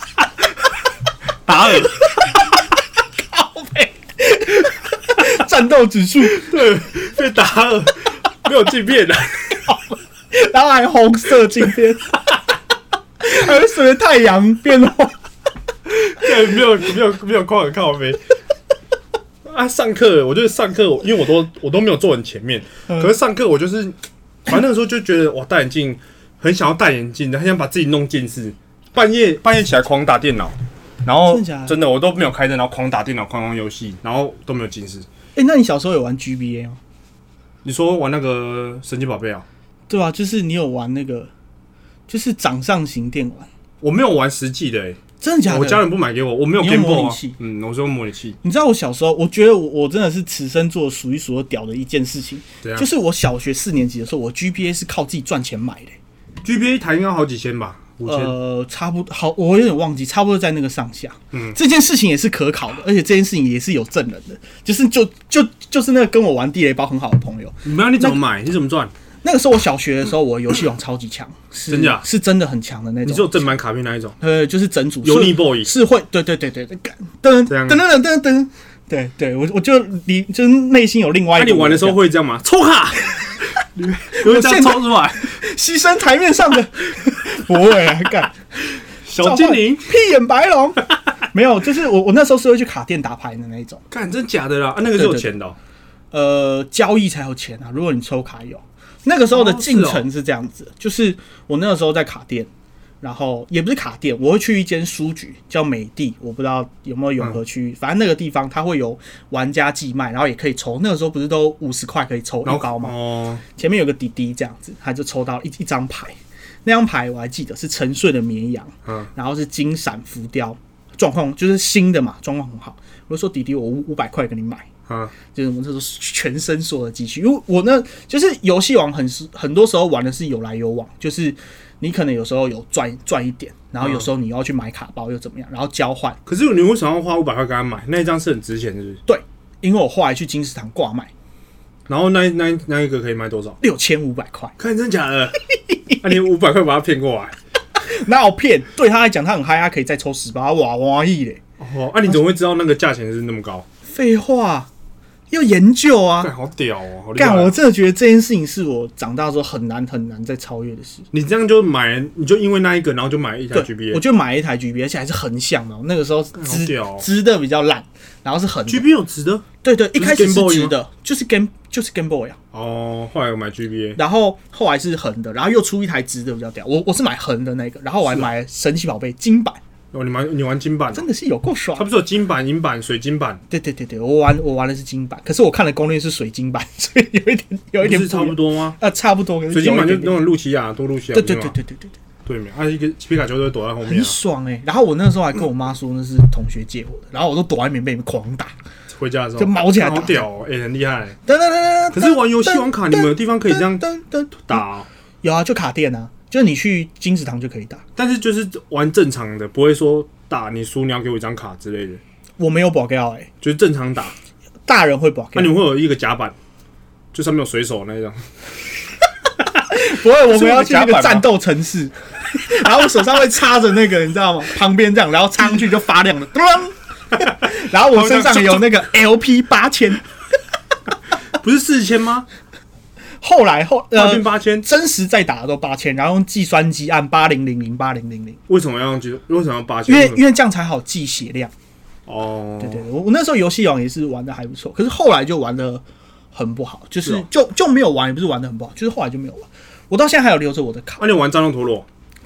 [SPEAKER 2] 打耳，
[SPEAKER 1] 靠背，战斗指数
[SPEAKER 2] 对，被打耳，没有镜片的，
[SPEAKER 1] 然后还红色镜片，还会随着太阳变红。
[SPEAKER 2] 对，没有没有没有框的靠背。啊，上课我就是上课，因为我都我都没有坐很前面，嗯、可是上课我就是，反正那个时候就觉得哇，戴眼镜很想要戴眼镜，很想把自己弄近视，半夜半夜起来狂打电脑，然后真 的, 真的我都没有开灯，然后狂打电脑、狂玩游戏，然后都没有近视。
[SPEAKER 1] 哎、欸，那你小时候有玩 G B A 吗？
[SPEAKER 2] 你说玩那个神奇宝贝啊？
[SPEAKER 1] 对啊，就是你有玩那个，就是掌上型电玩。
[SPEAKER 2] 我没有玩实际的、欸。
[SPEAKER 1] 真的假的？
[SPEAKER 2] 我家人不买给我，我没有 Game Boy 啊。嗯，我是用模拟器。
[SPEAKER 1] 你知道我小时候，我觉得 我, 我真的是此生做数一数二屌的一件事情，就是我小学四年级的时候，我 G B A 是靠自己赚钱买的、欸。
[SPEAKER 2] G B A 一台应该好几千吧？五千？
[SPEAKER 1] 呃，差不多，好，我有点忘记，差不多在那个上下。嗯，这件事情也是可考的，而且这件事情也是有证人的，就是就就就是那个跟我玩地雷包很好的朋友。
[SPEAKER 2] 你们你怎么买？你怎么赚？
[SPEAKER 1] 那个时候我小学的时候，我游戏王超级强，真假是真的很强的那种。
[SPEAKER 2] 你是有正版卡片那一种？
[SPEAKER 1] 呃，就是整组
[SPEAKER 2] 油腻 boy
[SPEAKER 1] 是会，对对对对对，噔噔噔噔噔噔，对对，我我就你就是内心有另外一个。
[SPEAKER 2] 那、啊、你玩的时候会这样吗？抽卡，你会这样抽出来，
[SPEAKER 1] 牺牲台面上的，不会啊，干
[SPEAKER 2] 小精灵，
[SPEAKER 1] 屁眼白龙，没有，就是我我那时候是会去卡店打牌的那一种。
[SPEAKER 2] 干真假的啦？啊，那个是有钱的、喔。
[SPEAKER 1] 对对对呃，交易才有钱啊，如果你抽卡有。那个时候的进程是这样子、哦是哦，就是我那个时候在卡店，然后也不是卡店，我会去一间书局叫美帝，我不知道有没有永和区、嗯，反正那个地方它会有玩家寄卖，然后也可以抽。那个时候不是都五十块可以抽一包吗？哦，前面有个弟弟这样子，他就抽到一一张牌，那张牌我还记得是沉睡的绵羊，嗯，然后是金闪浮雕，状况就是新的嘛，状况很好。我就说弟弟，我五五百块给你买。啊，就是我们这时候全身所有的积蓄，因为我呢，就是游戏王很很多时候玩的是有来有往，就是你可能有时候有赚赚一点，然后有时候你要去买卡包又怎么样，然后交换。
[SPEAKER 2] 可是你为什么要花五百块跟他买？那一张是很值钱，是不是？
[SPEAKER 1] 对，因为我后来去金石堂挂卖，
[SPEAKER 2] 然后那那那一个可以卖多少？
[SPEAKER 1] 六千五百块。
[SPEAKER 2] 看真假的？那、啊、你五百块把他骗过来？
[SPEAKER 1] 哪有骗？对他来讲，他很嗨，他可以再抽十包，哇哇亿嘞！
[SPEAKER 2] 哦，啊，你怎么会知道那个价钱是那么高？
[SPEAKER 1] 废话。要研究啊！
[SPEAKER 2] 干好屌哦！好
[SPEAKER 1] 干，我真的觉得这件事情是我长大之后很难很难再超越的事。
[SPEAKER 2] 你这样就买，你就因为那一个，然后就买一台 G B A。
[SPEAKER 1] 我就买一台 G B A， 而且还是横向的。那个时候直直的比较烂，然后是横的。
[SPEAKER 2] G B A 有直的？
[SPEAKER 1] 对对，一开始是直的，就是 Game 就是 Game Boy 啊。
[SPEAKER 2] 哦，后来我买 G B A，
[SPEAKER 1] 然后后来是横的，然后又出一台直的比较屌。我我是买横的那个，然后我还买神奇宝贝金版。
[SPEAKER 2] 哦，你玩你玩金版、喔，
[SPEAKER 1] 真的是有够爽。
[SPEAKER 2] 它不是有金版、银版、水晶版？
[SPEAKER 1] 对对对对，我玩我玩的是金版，可是我看的攻略是水晶版，所以有一点有一点不
[SPEAKER 2] 是差不多吗？
[SPEAKER 1] 啊，差不多。
[SPEAKER 2] 水晶版就那种露琪亚多露琪亚，
[SPEAKER 1] 对对对对对对对
[SPEAKER 2] 对没？啊，一个皮卡丘都会躲在后面、啊，
[SPEAKER 1] 很爽哎、欸。然后我那时候还跟我妈说那是同学借我的，然后我都躲在棉被里面狂打。
[SPEAKER 2] 回家的时候
[SPEAKER 1] 就毛起来打，
[SPEAKER 2] 好屌哦、喔，哎、欸，很厉害、欸。噔噔噔噔。可是玩游戏玩卡，你们有地方可以这样打、喔？
[SPEAKER 1] 有啊，就卡店啊，就是你去金石堂就可以打。
[SPEAKER 2] 但是就是玩正常的，不会说。打你输，你要给我一张卡之类的。
[SPEAKER 1] 我没有保镖哎，
[SPEAKER 2] 就是正常打。
[SPEAKER 1] 大人会保镖，
[SPEAKER 2] 那、啊、你们会有一个甲板，就上面有水手那一种。
[SPEAKER 1] 不会，我们要去那个战斗城市，然后我手上会插着那个，你知道吗？旁边这样，然后插上去就发亮了，然后我身上有那个 L P 八千，
[SPEAKER 2] 不是四千吗？
[SPEAKER 1] 后来后呃
[SPEAKER 2] 变八千，
[SPEAKER 1] 真实在打的都八千，然后用计算机按八零零零八零零零。
[SPEAKER 2] 为什么要用计？为什么要八千？
[SPEAKER 1] 因为因为这样才好记血量。
[SPEAKER 2] 哦，
[SPEAKER 1] 对对对，我我那时候游戏王也是玩的还不错，可是后来就玩的很不好，就是
[SPEAKER 2] 是、哦、
[SPEAKER 1] 就就没有玩，也不是玩的很不好，就是后来就没有玩。我到现在还有留着我的卡。
[SPEAKER 2] 那、啊、你有玩战斗陀螺？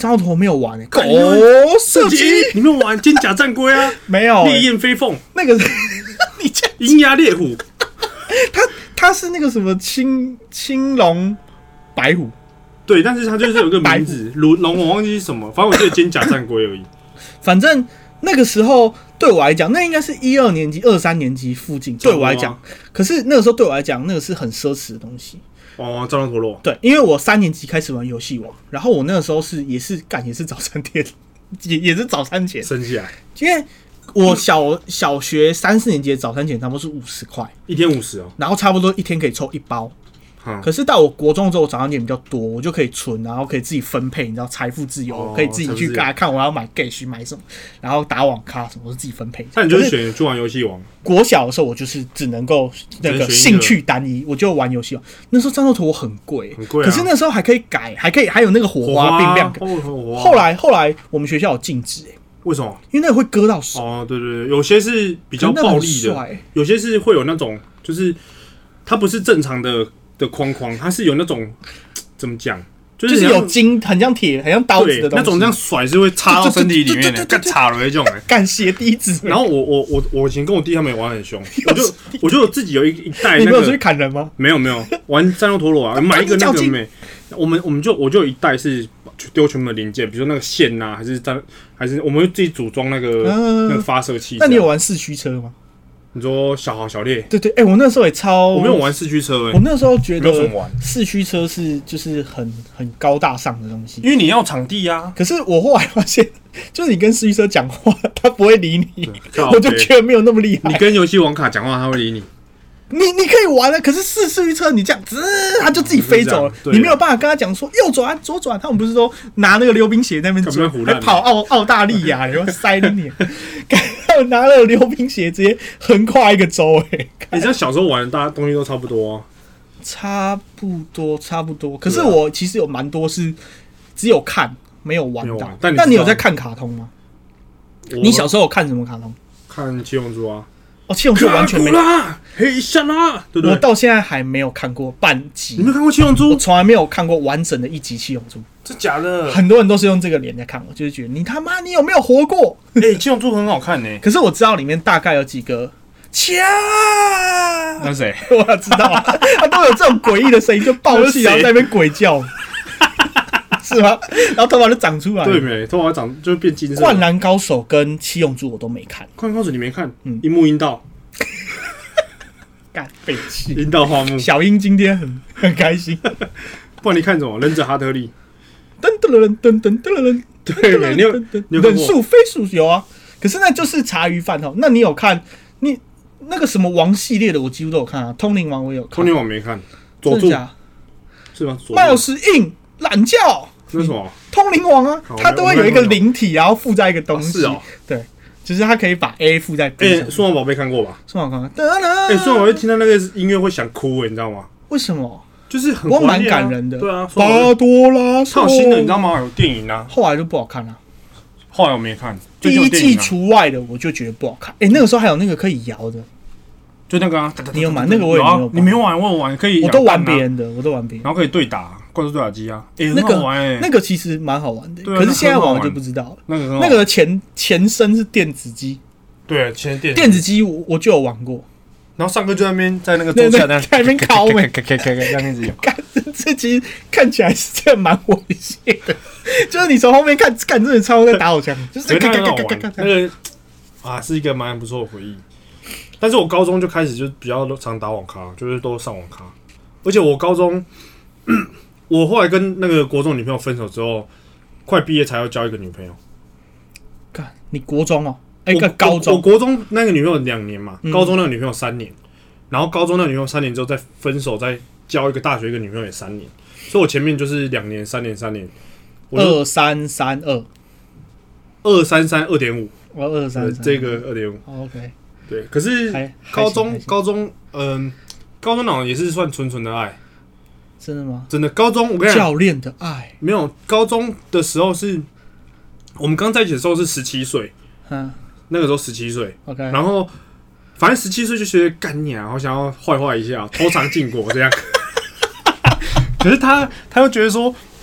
[SPEAKER 1] 张头没有玩诶、欸，狗射击
[SPEAKER 2] 你没有玩金甲战龟啊？
[SPEAKER 1] 没有、欸，
[SPEAKER 2] 烈焰飞凤
[SPEAKER 1] 那个你这
[SPEAKER 2] 鹰鸭猎虎，
[SPEAKER 1] 他他是那个什么青青龙白虎，
[SPEAKER 2] 对，但是他就是有个名字龙龙，我忘记是什么，反正我记得金甲战龟而已。
[SPEAKER 1] 反正那个时候对我来讲，那应该是一二年级、二三年级附近，对我来讲，可是那个时候对我来讲，那个是很奢侈的东西。
[SPEAKER 2] 哦，战斗陀螺。
[SPEAKER 1] 对，因为我三年级开始玩游戏王，然后我那个时候是也是干也是早餐店，也也是早餐钱
[SPEAKER 2] 升起来，
[SPEAKER 1] 因为我小小学三四年级的早餐钱差不多是五十块，
[SPEAKER 2] 一天五十哦，
[SPEAKER 1] 然后差不多一天可以抽一包。
[SPEAKER 2] 嗯、
[SPEAKER 1] 可是到我国中之后，早餐钱比较多，我就可以存，然后可以自己分配，你知道财富自由，哦、可以自己去看看我要买 Gage 买什么，然后打网咖什么，我是自己分配。
[SPEAKER 2] 那你就是选去玩游戏王。
[SPEAKER 1] 国小的时候，我就是只能够那个兴趣单一，我就玩游戏王。那时候战斗陀螺很贵，
[SPEAKER 2] 很贵、啊。
[SPEAKER 1] 可是那时候还可以改，还可以还有那个火花并亮。后来后来我们学校有禁止、欸，
[SPEAKER 2] 为什么？
[SPEAKER 1] 因为那个会割到手。
[SPEAKER 2] 哦，对对对，有些是比较暴力的，有些是会有那种，就是它不是正常的。的框框，它是有那种怎么讲，就是
[SPEAKER 1] 就是有筋，很像铁，很像刀子的东西。
[SPEAKER 2] 那种这样甩是会插到身体里面的，干插了那种哎，
[SPEAKER 1] 干血滴子。
[SPEAKER 2] 然后我我我我以前跟我弟他们也玩很凶，我就我就自己有一一袋、那个。
[SPEAKER 1] 你没有出去砍人吗？
[SPEAKER 2] 没有没有，玩战斗陀螺啊，买一个那个没。我们我们就我就有一袋是丢全部的零件，比如说那个线呐、啊，还是战还是我们自己组装那个、嗯、那个发射器。
[SPEAKER 1] 那你有玩四驱车吗？
[SPEAKER 2] 你说小豪小烈？
[SPEAKER 1] 对对，哎、欸，我那时候也超，
[SPEAKER 2] 我没有玩四驱车、欸，
[SPEAKER 1] 我那时候觉得四驱车是就是很很高大上的东西，
[SPEAKER 2] 因为你要场地啊。
[SPEAKER 1] 可是我后来发现，就是你跟四驱车讲话，他不会理你，我就觉得没有那么厉害。
[SPEAKER 2] 你跟游戏王卡讲话，他会理你。
[SPEAKER 1] 你你可以玩啊，可是四四驱车你这样子，他就自己飞走了，你没有办法跟他讲说右转左转。他们不是说拿那个溜冰鞋在那边转，还跑澳澳大利亚，然后塞你，他们拿了溜冰鞋直接横跨一个州、欸，哎，
[SPEAKER 2] 你像小时候玩的，大家东西都差不多、啊，
[SPEAKER 1] 差不多差不多。可是我其实有蛮多是只有看没有玩到，但 你, 但你有在看卡通吗？你小时候有看什么卡通？
[SPEAKER 2] 看七龙珠啊。
[SPEAKER 1] 哦，七龙珠完全没
[SPEAKER 2] 啦，黑下啦，对不对？
[SPEAKER 1] 我到现在还没有看过半集。
[SPEAKER 2] 你没有看过七龙珠？
[SPEAKER 1] 我从来没有看过完整的一集七龙珠。
[SPEAKER 2] 这假的？
[SPEAKER 1] 很多人都是用这个脸在看我，就是觉得你他妈你有没有活过？
[SPEAKER 2] 哎、欸，七龙珠很好看呢、欸。
[SPEAKER 1] 可是我知道里面大概有几个掐，
[SPEAKER 2] 那谁？
[SPEAKER 1] 我知道，他都有这种诡异的声音，就爆气，然后在那边鬼叫。是吗？然后头发就长出来了。
[SPEAKER 2] 对没？头发长就变金色。
[SPEAKER 1] 灌篮高手跟七龙珠我都没看。
[SPEAKER 2] 灌篮高手你没看？嗯，樱木樱道。
[SPEAKER 1] 干废气。
[SPEAKER 2] 樱道花木。
[SPEAKER 1] 小樱今天很很开心。
[SPEAKER 2] 不然你看什么？忍者哈特利。
[SPEAKER 1] 噔噔噔噔噔噔噔。
[SPEAKER 2] 对，你有你有
[SPEAKER 1] 忍术飞术有啊？可是那就是茶余饭后。那你有看？你那个什么王系列的，我几乎都有看啊。通灵王我有看。
[SPEAKER 2] 通灵王没看。佐助是吗？
[SPEAKER 1] 麦斯印懒觉。
[SPEAKER 2] 那是什么？
[SPEAKER 1] 通灵王啊，它都会有一个灵体，然后附在一个东西。
[SPEAKER 2] 是哦，
[SPEAKER 1] 对，就是它可以把 A 附在 B 上。
[SPEAKER 2] 哎，数码宝贝看过吧？
[SPEAKER 1] 数码宝贝，哎，
[SPEAKER 2] 数码宝贝听到那个音乐会想哭，你知道吗？
[SPEAKER 1] 为什么？
[SPEAKER 2] 就是很
[SPEAKER 1] 我蛮感人的。
[SPEAKER 2] 对啊，
[SPEAKER 1] 巴多拉，
[SPEAKER 2] 它有新的，你知道吗？有电影啊，
[SPEAKER 1] 后来就不好看了。
[SPEAKER 2] 后来我没看，
[SPEAKER 1] 第一季除外的，我就觉得不好看。哎，那个时候还有那个可以摇的。
[SPEAKER 2] 就那个啊，
[SPEAKER 1] 你有买那个我也没有，
[SPEAKER 2] 你没有玩，我有玩，可以，
[SPEAKER 1] 我都玩别人的，我都玩别人，
[SPEAKER 2] 然后可以对打，怪兽对打机啊，哎，
[SPEAKER 1] 那个
[SPEAKER 2] 好玩哎，
[SPEAKER 1] 那个其实蛮好玩的，可是现在玩我就不知道了。
[SPEAKER 2] 那个
[SPEAKER 1] 那个前前身是电子机，
[SPEAKER 2] 对，前电
[SPEAKER 1] 电子机我我就有玩过，
[SPEAKER 2] 然后上课就在那边在那个桌下在
[SPEAKER 1] 那边敲没，
[SPEAKER 2] 咔咔咔咔这样子有，
[SPEAKER 1] 看这其实看起来是真的蛮危险的，就是你从后面看，看真的超在打火枪，就是
[SPEAKER 2] 咔咔咔咔那个啊是一个蛮不错的回忆。但是我高中就开始就比较常打网咖，就是都上网咖。而且我高中，我后来跟那个国中女朋友分手之后，快毕业才要交一个女朋友。
[SPEAKER 1] 干，你国中哦？哎、欸，高中我。
[SPEAKER 2] 我国中那个女朋友两年嘛，嗯、高中那个女朋友三年，然后高中那个女朋友三年之后再分手，再交一个大学一个女朋友也三年，所以我前面就是两年、三年、三年。
[SPEAKER 1] 二三三二，
[SPEAKER 2] 二三三二点五。
[SPEAKER 1] 我二三三
[SPEAKER 2] 这个二点五。
[SPEAKER 1] OK。
[SPEAKER 2] 对，可是高中高中嗯，高中那种也是算纯纯的爱，
[SPEAKER 1] 真的吗？
[SPEAKER 2] 真的，高中我跟你讲，
[SPEAKER 1] 教练的爱
[SPEAKER 2] 没有。高中的时候是，我们刚在一起的时候是十七岁，嗯，那个时候十七岁
[SPEAKER 1] ，OK，
[SPEAKER 2] 然后反正十七岁就觉得干你啊，好想要坏坏一下，偷尝禁果这样。可是他他又觉得说，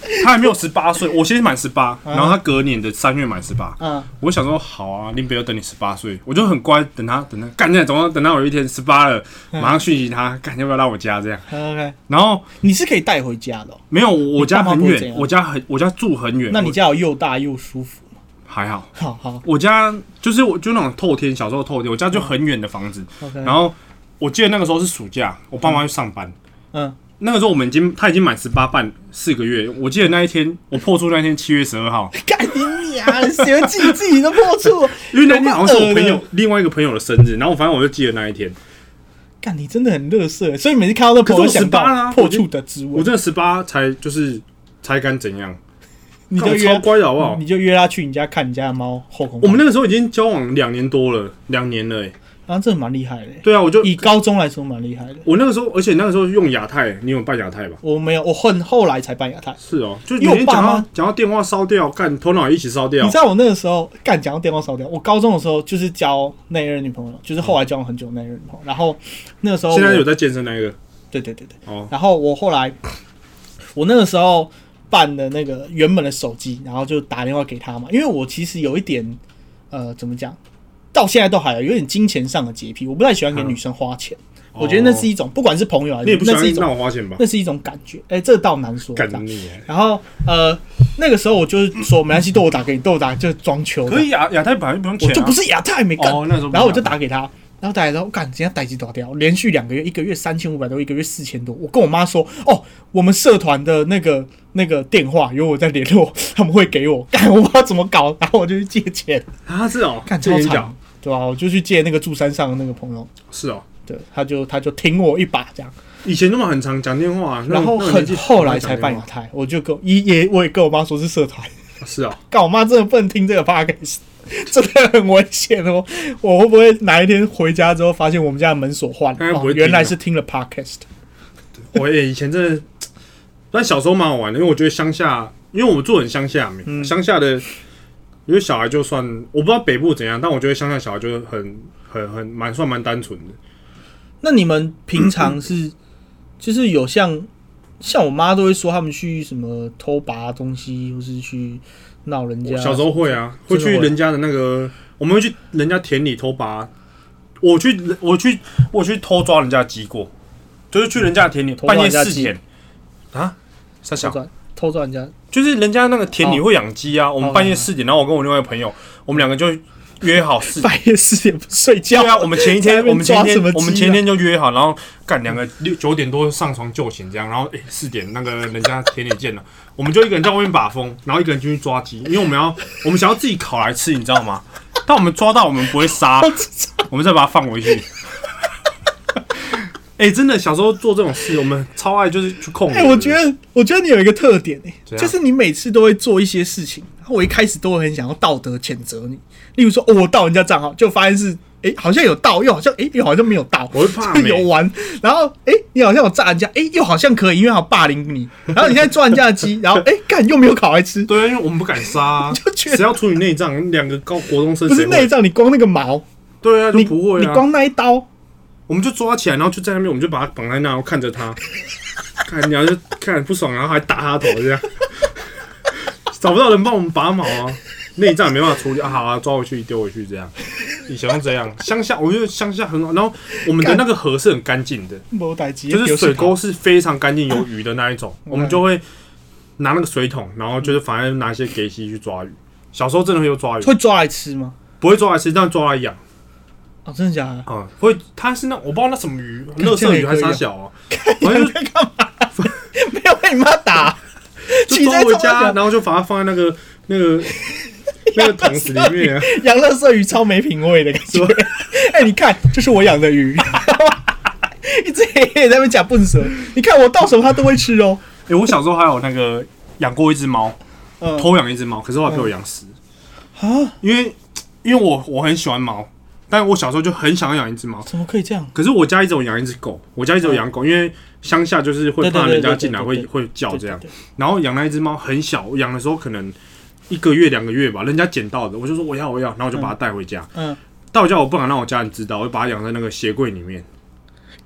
[SPEAKER 2] 他还没有十八岁，我先满十八，然后他隔年的三月满十八。嗯，我想说好啊，林北要等你十八岁，我就很乖，等他等他干起来，总要等到有一天十八了，马上讯息他，干要不要来我家这样。
[SPEAKER 1] OK，
[SPEAKER 2] 然后
[SPEAKER 1] 你是可以带回家的、哦？
[SPEAKER 2] 没有，我家很远，我家很我家住很远。
[SPEAKER 1] 那你家有又大又舒服吗？
[SPEAKER 2] 还好，
[SPEAKER 1] 好好，
[SPEAKER 2] 我家就是我就那种透天，小时候透天，我家就很远的房子。
[SPEAKER 1] Okay.
[SPEAKER 2] 然后我记得那个时候是暑假，我爸妈去上班。嗯。那个时候我们已经他已经满十八半四个月，我记得那一天我破处那一天七月十二号，
[SPEAKER 1] 干你娘！谁会记自己的破处？
[SPEAKER 2] 因为那天好像是我朋友另外一个朋友的生日，然后反正我就记得那一天。
[SPEAKER 1] 干你真的很垃圾，所以每次看到那朋友想到破处的滋味。
[SPEAKER 2] 我真的十八才就是才敢怎样，
[SPEAKER 1] 你就
[SPEAKER 2] 超乖的好不好？
[SPEAKER 1] 你就约他去你家看你家的猫后空。
[SPEAKER 2] 我们那个时候已经交往两年多了，两年了哎、欸。
[SPEAKER 1] 啊，这蛮厉害的。
[SPEAKER 2] 对啊，我就
[SPEAKER 1] 以高中来说蛮厉害的。
[SPEAKER 2] 我那个时候，而且那个时候用亚太，你有办亚太吧？
[SPEAKER 1] 我没有，我后后来才办亚太。
[SPEAKER 2] 是哦，就因为我爸妈讲到电话烧掉，干头脑一起烧掉。
[SPEAKER 1] 你知道我那个时候干讲到电话烧掉，我高中的时候就是交那一任女朋友，就是后来交往很久那一任女朋友。然后那个时候
[SPEAKER 2] 现在有在健身那一个。
[SPEAKER 1] 对对对对。哦。然后我后来，我那个时候办的那个原本的手机，然后就打电话给他嘛，因为我其实有一点呃，怎么讲？到现在都还有有点金钱上的洁癖，我不太喜欢给女生花钱。嗯、我觉得那是一种，不管是朋友还是
[SPEAKER 2] 你也不喜欢让我花钱吧？
[SPEAKER 1] 那是一种感觉。哎、欸，这个倒难说。
[SPEAKER 2] 干你！
[SPEAKER 1] 然后呃，那个时候我就是说没关系，都我打给你，都我打就装秋。
[SPEAKER 2] 可以亚亚太本来就不用钱、啊，
[SPEAKER 1] 我就不是亚太没干、
[SPEAKER 2] 哦。那时候，
[SPEAKER 1] 然后我就打给他，然后打来之后，干，今天代机多少掉？连续两个月，一个月三千五百多，一个月四千多。我跟我妈说，哦，我们社团的那个那个电话有我在联络，他们会给我。干，我不知道怎么搞，然后我就去借钱。
[SPEAKER 2] 啊，是哦，
[SPEAKER 1] 干超惨。对吧、啊？我就去借那个住山上的那个朋友。
[SPEAKER 2] 是哦，
[SPEAKER 1] 对，他就他就挺我一把这样。
[SPEAKER 2] 以前那么很常讲电话，
[SPEAKER 1] 然后很后来才办亚太，我就跟也我也跟我妈说是社团。
[SPEAKER 2] 是啊，
[SPEAKER 1] 干我妈真的不能听这个 podcast， 真的很危险哦。我会不会哪一天回家之后发现我们家的门锁换了、哦？原来是听了 podcast。
[SPEAKER 2] 我、欸、以前真的，但小时候蛮好玩的，因为我觉得乡下，因为我们住很乡下，嗯，乡下的。因为小孩就算我不知道北部怎样，但我觉得乡下小孩就很很很蛮算蛮单纯的。
[SPEAKER 1] 那你们平常是就是有像像我妈都会说他们去什么偷拔东西，或是去闹人家。
[SPEAKER 2] 小时候会啊，会去人家的那个，我们会去人家田里偷拔。我去我去我去偷抓人家的鸡过，就是去人家的田里半夜四点啊，傻小。
[SPEAKER 1] 偷抓人家，
[SPEAKER 2] 就是人家那个田里会养鸡啊。Oh. 我们半夜四点，然后我跟我另外一个朋友，我们两个就约好四
[SPEAKER 1] 半夜四点不睡觉。
[SPEAKER 2] 对啊，我们前一天，我们前一天，我们前一天就约好，然后干两个六九点多上床就寝这样，然后哎四、欸、点那个人家田里见了，我们就一个人在外面把风，然后一个人进去抓鸡，因为我们要我们想要自己烤来吃，你知道吗？但我们抓到我们不会杀，我们再把它放回去。哎、欸，真的，小时候做这种事，我们超爱，就是去控。
[SPEAKER 1] 哎、欸，我覺得，我觉得你有一个特点、欸，就是你每次都会做一些事情，然后我一開始都會很想要道德譴責你。例如說，哦，我盜人家賬號，就發現是，哎、欸，好像有盜，又好像，哎、欸，又好像沒有盜。
[SPEAKER 2] 我會怕沒。
[SPEAKER 1] 有玩，然後，哎、欸，你好像有炸人家，哎、欸，又好像可以，因為好霸凌你。然後你現在抓人家的雞，然後，哎、欸，幹又沒有烤來吃。
[SPEAKER 2] 對啊，因為我們不敢殺、啊，誰要處理內臟？兩個高國中生，
[SPEAKER 1] 不是內臟，你光那個毛。
[SPEAKER 2] 對啊，就不會啊。
[SPEAKER 1] 你, 你光那一刀。
[SPEAKER 2] 我们就抓起来，然后就在那边，我们就把他绑在那，然后看着他，看，然后就看不爽，然后还打他头，这样，找不到人帮我们拔毛啊，内脏没办法处理啊，好啊，抓回去丢回去这样，以前是这样，乡下我觉得乡下很好，然后我们的那个河是很干净的，就是水沟是非常干净有鱼的那一种，我们就会拿那个水桶，然后就是反正拿一些给息去抓鱼，小时候真的会有抓鱼，
[SPEAKER 1] 会抓来吃吗？
[SPEAKER 2] 不会抓来吃，但抓来养。
[SPEAKER 1] 哦，真的假的？
[SPEAKER 2] 嗯，会，它是那我不知道那什么鱼，垃圾鱼还是啥小啊？
[SPEAKER 1] 反正在干嘛？没有被你妈打，
[SPEAKER 2] 就抓回家，然后就把它放在那个那个那个桶子里面、啊。
[SPEAKER 1] 养垃圾鱼超没品味的感觉。哎、欸，你看，这是我养的鱼，一直黑黑在那边讲笨蛇。你看我到什么它都会吃哦。
[SPEAKER 2] 哎、欸，我小时候还有那个养过一只猫，嗯、偷养一只猫，可是后来被我养死。啊、嗯？因为因为我我很喜欢猫。但我小时候就很想要养一只猫，
[SPEAKER 1] 怎么可以这样？
[SPEAKER 2] 可是我家一直有养一只狗，我家一直有养狗，因为乡下就是会怕人家进来会会叫这样。然后养那一只猫很小，我养的时候可能一个月两个月吧，人家捡到的，我就说我要我要，然后我就把它带回家。嗯，带回家我不敢让我家人知道，我就把它养在那个鞋柜里面。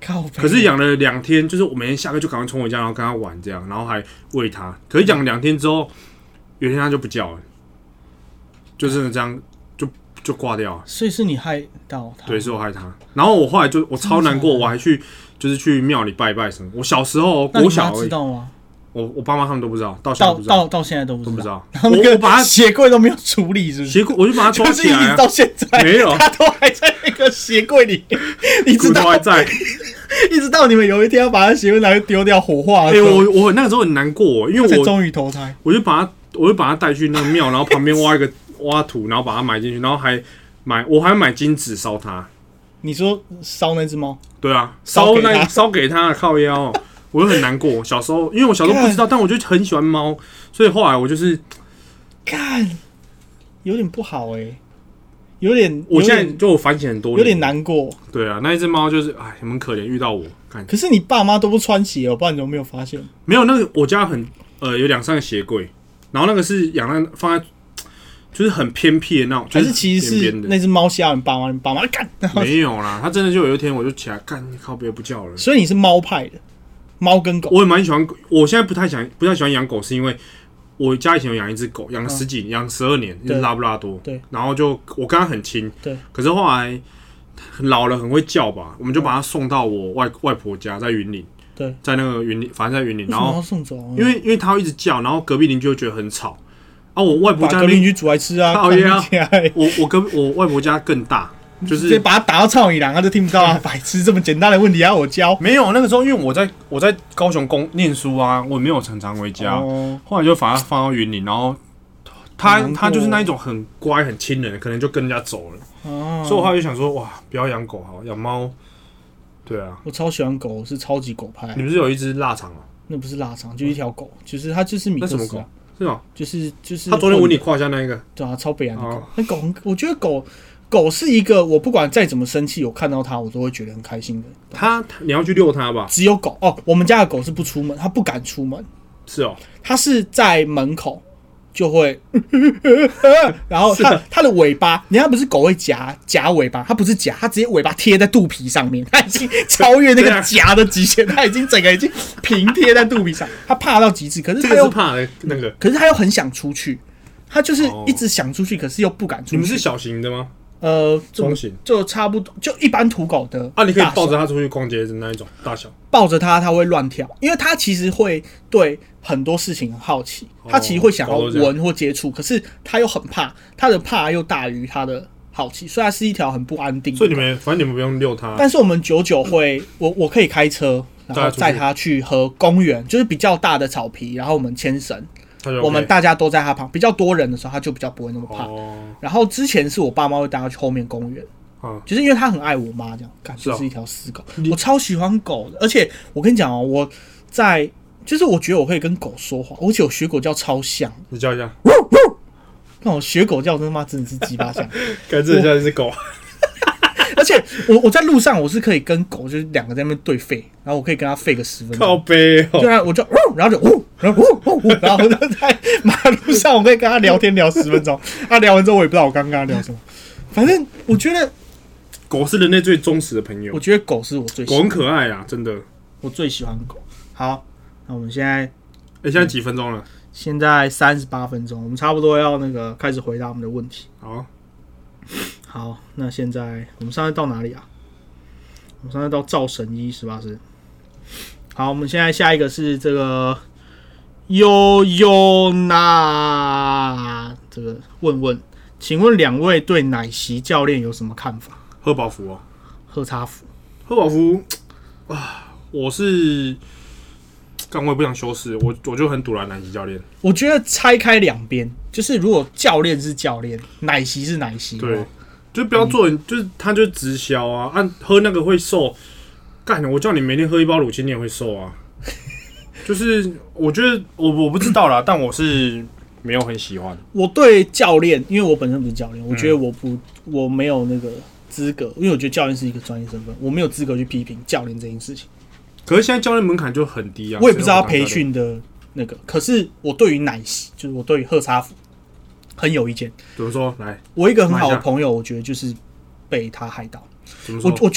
[SPEAKER 2] 可是养了两天，就是我每天下课就赶快冲回家，然后跟他玩这样，然后还喂他。可是养了两天之后，有一天他就不叫了，就真的这样就就挂掉了。
[SPEAKER 1] 所以是你害到他？
[SPEAKER 2] 对，是我害他。然后我后来就我超难过，我还去就是去庙里拜拜什么。我小时候国小而已，
[SPEAKER 1] 知道吗？
[SPEAKER 2] 我我爸妈他们都不知道，到现在不知道，
[SPEAKER 1] 到到现在都不知
[SPEAKER 2] 道。
[SPEAKER 1] 然后那个我把它鞋柜都没有处理，是不是？
[SPEAKER 2] 鞋柜我就把它装起来、啊，
[SPEAKER 1] 就是一直到现在
[SPEAKER 2] 没有，
[SPEAKER 1] 它都还在那个鞋柜里，你知道？
[SPEAKER 2] 骨头还在，
[SPEAKER 1] 一直到你们有一天要把它鞋柜拿去丢掉火化。
[SPEAKER 2] 哎、欸，我我那个时候很难过，因为我
[SPEAKER 1] 终于投胎，
[SPEAKER 2] 我就把它我就把它带去那个庙，然后旁边挖一个挖土，然后把它埋进去，然后还买我还买金纸烧它。
[SPEAKER 1] 你说烧那只猫？
[SPEAKER 2] 对啊，烧那烧给它靠腰。我就很难过，小时候因为我小时候不知道，但我就很喜欢猫，所以后来我就是
[SPEAKER 1] 干，有点不好哎、欸，有点，
[SPEAKER 2] 我现在就我反省很多年，
[SPEAKER 1] 有点难过。
[SPEAKER 2] 对啊，那一只猫就是哎，很可怜，遇到我。看，
[SPEAKER 1] 可是你爸妈都不穿鞋，我不知道你有没有发现？
[SPEAKER 2] 没有，那个我家很呃有两三个鞋柜，然后那个是养在放在就是很偏僻的那种，
[SPEAKER 1] 还是其实是那只猫吓你爸妈，你爸妈干？
[SPEAKER 2] 没有啦，它真的就有一天我就起来干，靠别不叫了。
[SPEAKER 1] 所以你是猫派的。猫跟狗，
[SPEAKER 2] 我也蛮喜欢。我现在不太想，不太喜欢养狗，是因为我家以前有养一只狗，养了十几，养十二年，一只拉布拉多。
[SPEAKER 1] 对，
[SPEAKER 2] 然后就我跟它很亲。
[SPEAKER 1] 对。
[SPEAKER 2] 可是后来老了，很会叫吧，我们就把它送到我外外婆家，在云林。
[SPEAKER 1] 对。
[SPEAKER 2] 在那个云林，反正在云林，然后
[SPEAKER 1] 送走、啊，
[SPEAKER 2] 因为因为它会一直叫，然后隔壁邻居就觉得很吵。啊，我外婆家
[SPEAKER 1] 隔壁邻居煮来吃啊。
[SPEAKER 2] 靠呀！我我跟我外婆家更大。就是
[SPEAKER 1] 直接把他打到操你郎，他就听不到啊！白痴，这么简单的问题要我教？
[SPEAKER 2] 没有，那个时候因为我在我在高雄公念书啊，我没有常常回家，哦、后来就把它放到云林，然后他他就是那一种很乖很亲人的，可能就跟人家走了。哦、所以我后来就想说，哇，不要养狗好，养猫。对啊，
[SPEAKER 1] 我超喜欢狗，我是超级狗派。
[SPEAKER 2] 你不是有一只腊肠啊？
[SPEAKER 1] 那不是腊肠，就一条狗，就是它就是米克斯、啊。
[SPEAKER 2] 那什么狗？是吗？
[SPEAKER 1] 就是就是。
[SPEAKER 2] 他昨天吻你胯下那一个。
[SPEAKER 1] 对啊，超北洋的狗。那、哦、狗，我觉得狗。狗是一个我不管再怎么生气，我看到它我都会觉得很开心的。
[SPEAKER 2] 它你要去遛它吧？
[SPEAKER 1] 只有狗哦，我们家的狗是不出门，它不敢出门。
[SPEAKER 2] 是哦，
[SPEAKER 1] 它是在门口就会，然后它它的尾巴，你看不是狗会夹夹尾巴，它不是夹，它直接尾巴贴在肚皮上面，它已经超越那个夹的极限，它已经整个已经平贴在肚皮上，它怕到极致，可是它又
[SPEAKER 2] 怕的那个，
[SPEAKER 1] 可是它又很想出去，它就是一直想出去，可是又不敢出去。
[SPEAKER 2] 你们是小型的吗？
[SPEAKER 1] 呃，
[SPEAKER 2] 中型
[SPEAKER 1] 就差不多，就一般土狗的。
[SPEAKER 2] 啊，你可以抱着它出去逛街的那一种大小。
[SPEAKER 1] 抱着它，它会乱跳，因为它其实会对很多事情很好奇，它其实会想要闻或接触，可是它又很怕，它的怕又大于它的好奇，所以它是一条很不安定的。
[SPEAKER 2] 所以你们反正你们不用遛它，
[SPEAKER 1] 但是我们久久会，我我可以开车，然后载它去和公园，就是比较大的草皮，然后我们牵绳。
[SPEAKER 2] OK、
[SPEAKER 1] 我们大家都在他旁，比较多人的时候，他就比较不会那么怕。哦、然后之前是我爸妈会带他去后面公园，嗯、就是因为他很爱我妈，这样，感觉是一条死狗。我超喜欢狗的，而且我跟你讲哦、喔，我在就是我觉得我可以跟狗说话，而且我学狗叫超像。
[SPEAKER 2] 你叫一下，
[SPEAKER 1] 那我学狗叫真他妈真的是鸡巴像，
[SPEAKER 2] 感觉像一只狗。
[SPEAKER 1] 而且我我在路上我是可以跟狗就是两个在那边对吠，然后我可以跟它吠个十分钟。
[SPEAKER 2] 靠背哦，
[SPEAKER 1] 就我就然后就呜，然后呜呜，然后我就在马路上我可以跟他聊天聊十分钟。他、啊、聊完之后我也不知道我刚刚跟他聊什么，反正我觉得
[SPEAKER 2] 狗是人类最忠实的朋友。
[SPEAKER 1] 我觉得狗是我最喜欢
[SPEAKER 2] 狗很可爱啊，真的，
[SPEAKER 1] 我最喜欢狗。好，那我们现在哎、
[SPEAKER 2] 欸，现在几分钟了？
[SPEAKER 1] 现在三十八分钟，我们差不多要那个开始回答我们的问题。
[SPEAKER 2] 好。
[SPEAKER 1] 好，那现在我们上次到哪里啊？我们上次到赵神医是吧？是。好，我们现在下一个是这个悠悠娜，这个问问，请问两位对奶昔教练有什么看法？
[SPEAKER 2] 贺宝福哦，
[SPEAKER 1] 贺差福，
[SPEAKER 2] 贺宝福啊，我是。但我也不想修饰，我我就很堵拦奶昔教练。
[SPEAKER 1] 我觉得拆开两边，就是如果教练是教练，奶昔是奶昔，
[SPEAKER 2] 对，就不要做人，嗯、就是他就直销啊，按、啊、喝那个会瘦，干，我叫你每天喝一包乳清，你也会瘦啊。就是我觉得我我不知道啦，但我是没有很喜欢。
[SPEAKER 1] 我对教练，因为我本身不是教练，我觉得我不、嗯、我没有那个资格，因为我觉得教练是一个专业身份，我没有资格去批评教练这件事情。
[SPEAKER 2] 可是现在教练门槛就很低啊，
[SPEAKER 1] 我也不知道他培训的那个。可是我对于奶昔，就是我对于贺差福很有意见。
[SPEAKER 2] 怎么说？来，
[SPEAKER 1] 我一个很好的朋友，我觉得就是被他害到。
[SPEAKER 2] 怎么说？
[SPEAKER 1] 我我觉得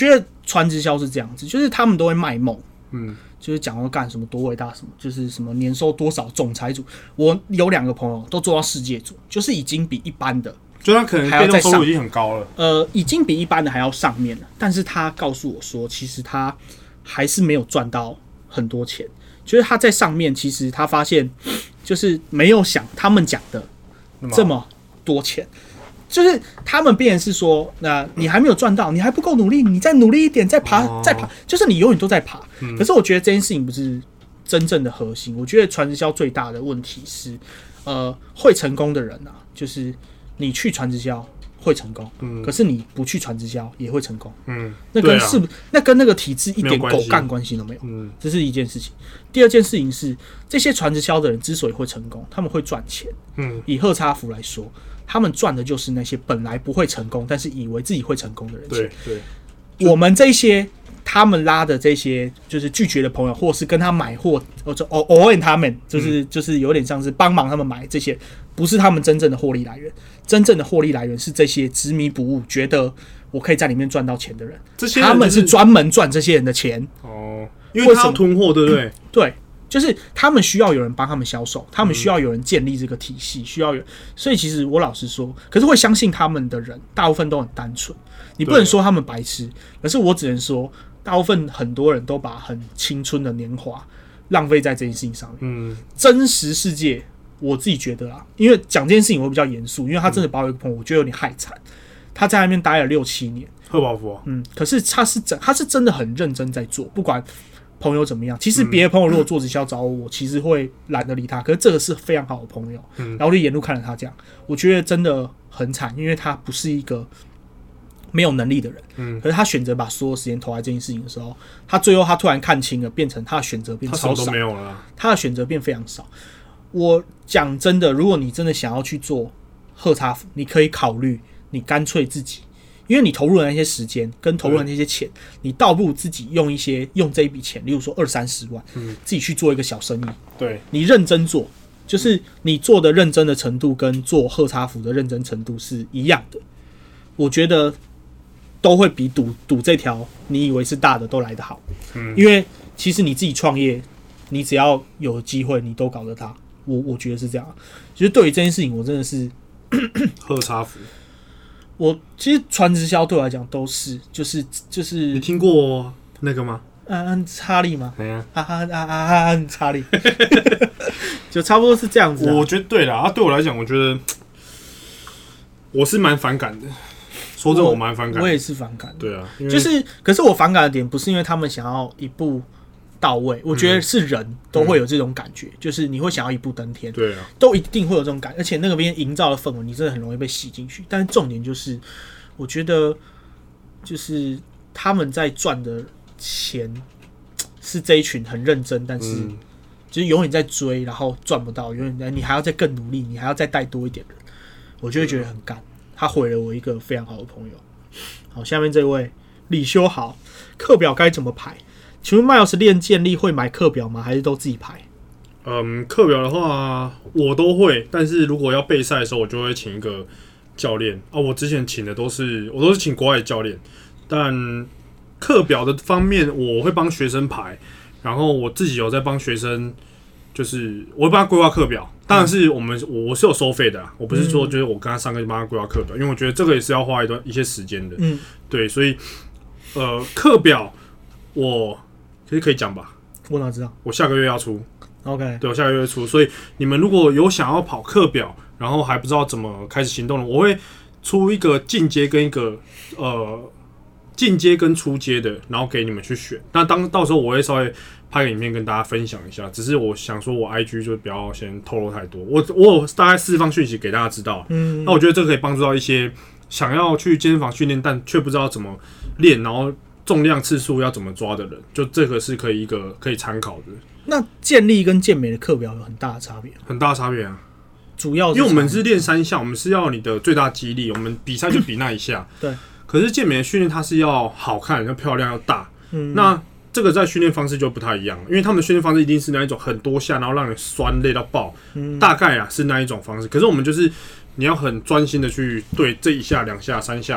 [SPEAKER 1] 传直销是这样子，就是他们都会卖梦，
[SPEAKER 2] 嗯，
[SPEAKER 1] 就是讲要干什么多伟大什么，就是什么年收多少总裁组。我有两个朋友都做到世界组，就是已经比一般的，
[SPEAKER 2] 就他可能被动收入已经很高了，
[SPEAKER 1] 呃，已经比一般的还要上面了。但是他告诉我说，其实他还是没有赚到很多钱，就是他在上面，其实他发现就是没有想他们讲的这么多钱。就是他们变成是说，那你还没有赚到，你还不够努力，你再努力一点，再爬，哦、再爬，就是你永远都在爬。嗯、可是我觉得这件事情不是真正的核心。我觉得传直销最大的问题是，呃，会成功的人啊，就是你去传直销会成功，嗯、可是你不去传直销也会成功。嗯，那跟是、啊、那跟那个体制一点狗干关系都没有。嗯，这是一件事情。第二件事情是，这些传直销的人之所以会成功，他们会赚钱。嗯，以贺差福来说。他们赚的就是那些本来不会成功，但是以为自己会成功的人钱。
[SPEAKER 2] 对对，
[SPEAKER 1] 我们这些他们拉的这些就是拒绝的朋友，或是跟他买货，或者偶偶尔他们就是、嗯、就是有点像是帮忙他们买这些，不是他们真正的获利来源。真正的获利来源是这些执迷不悟，觉得我可以在里面赚到钱的人。
[SPEAKER 2] 这些人、就是、
[SPEAKER 1] 他们是专门赚这些人的钱。
[SPEAKER 2] 哦，因为他要囤货，对不对？嗯、
[SPEAKER 1] 对。就是他们需要有人帮他们销售，他们需要有人建立这个体系，需要有。所以其实我老实说，可是会相信他们的人，大部分都很单纯。你不能说他们白痴，可是我只能说，大部分很多人都把很青春的年华浪费在这件事情上面。嗯，真实世界，我自己觉得啦，因为讲这件事情我比较严肃，因为他真的把我一个朋友，我觉得有点害惨。他在那边待了六七年，
[SPEAKER 2] 贺宝福、啊，
[SPEAKER 1] 嗯，可是他是真，他是真的很认真在做，不管。朋友怎么样？其实别的朋友如果做直销找我，我其实会懒得理他。可是这个是非常好的朋友，嗯、然后我就沿路看着他这样，我觉得真的很惨，因为他不是一个没有能力的人。嗯，可是他选择把所有时间投在这件事情的时候，他最后他突然看清了，变成他的选择变超少，
[SPEAKER 2] 他什么都没有了，
[SPEAKER 1] 他的选择变非常少。我讲真的，如果你真的想要去做贺差福，你可以考虑你干脆自己。因为你投入的那些时间跟投入的那些钱，你倒不如自己用一些用这一笔钱，例如说二三十万，嗯、自己去做一个小生意。
[SPEAKER 2] 对，
[SPEAKER 1] 你认真做，就是你做的认真的程度跟做贺差福的认真程度是一样的。我觉得都会比赌赌这条你以为是大的都来得好。嗯，因为其实你自己创业，你只要有机会，你都搞得大。我我觉得是这样。其实对于这件事情，我真的是
[SPEAKER 2] 贺差福。
[SPEAKER 1] 我其实传直销对我来讲都是，就是就是。
[SPEAKER 2] 你听过那个吗？
[SPEAKER 1] 安安查理吗？
[SPEAKER 2] 哎呀，
[SPEAKER 1] 安安安安安查理，就差不多是这样子、啊。
[SPEAKER 2] 我觉得对啦，啊，对我来讲，我觉得我是蛮反感的。说真的，我蛮反感的。
[SPEAKER 1] 我也是反感的。
[SPEAKER 2] 对啊，
[SPEAKER 1] 就是，可是我反感的点不是因为他们想要一步到位，我觉得是人都会有这种感觉，嗯、就是你会想要一步登天，
[SPEAKER 2] 对啊，
[SPEAKER 1] 都一定会有这种感觉，而且那个边营造的氛围，你真的很容易被吸进去。但是重点就是，我觉得就是他们在赚的钱是这一群很认真，但是就是永远在追，然后赚不到，永远在你还要再更努力，你还要再带多一点人，我就会觉得很干。他毁了我一个非常好的朋友。好，下面这位李修豪，课表该怎么排？请问 Miles 练健力会买课表吗？还是都自己排？
[SPEAKER 2] 嗯，课表的话我都会，但是如果要备赛的时候，我就会请一个教练啊。我之前请的都是我都是请国外的教练，但课表的方面我会帮学生排，然后我自己有在帮学生，就是我会帮他规划课表。当然是我们我是有收费的啦，我不是说就是我跟他上课就帮他规划课表，因为我觉得这个也是要花一段一些时间的。嗯，对，所以呃课表我其实可以讲吧。
[SPEAKER 1] 我哪知道？
[SPEAKER 2] 我下个月要出。
[SPEAKER 1] OK，
[SPEAKER 2] 对，我下个月出，所以你们如果有想要跑课表，然后还不知道怎么开始行动的，我会出一个进阶跟一个呃进阶跟初阶的，然后给你们去选。那当到时候我会稍微拍个影片跟大家分享一下，只是我想说我 I G 就不要先透露太多，我我有大概释放讯息给大家知道。嗯，那我觉得这个可以帮助到一些想要去健身房训练，但却不知道怎么练，然后重量次数要怎么抓的人，就这个是可以一个可以参考的。
[SPEAKER 1] 那健力跟健美的课表有很大的差别，
[SPEAKER 2] 很大的差别啊！
[SPEAKER 1] 主要是
[SPEAKER 2] 因为我们是练三项，我们是要你的最大肌力，我们比赛就比那一下。
[SPEAKER 1] 对。
[SPEAKER 2] 可是健美的训练它是要好看、要漂亮、要大。嗯。那这个在训练方式就不太一样，因为他们的训练方式一定是那一种很多下，然后让你酸累到爆。嗯。大概啊是那一种方式，可是我们就是你要很专心的去对这一下、两下、三下，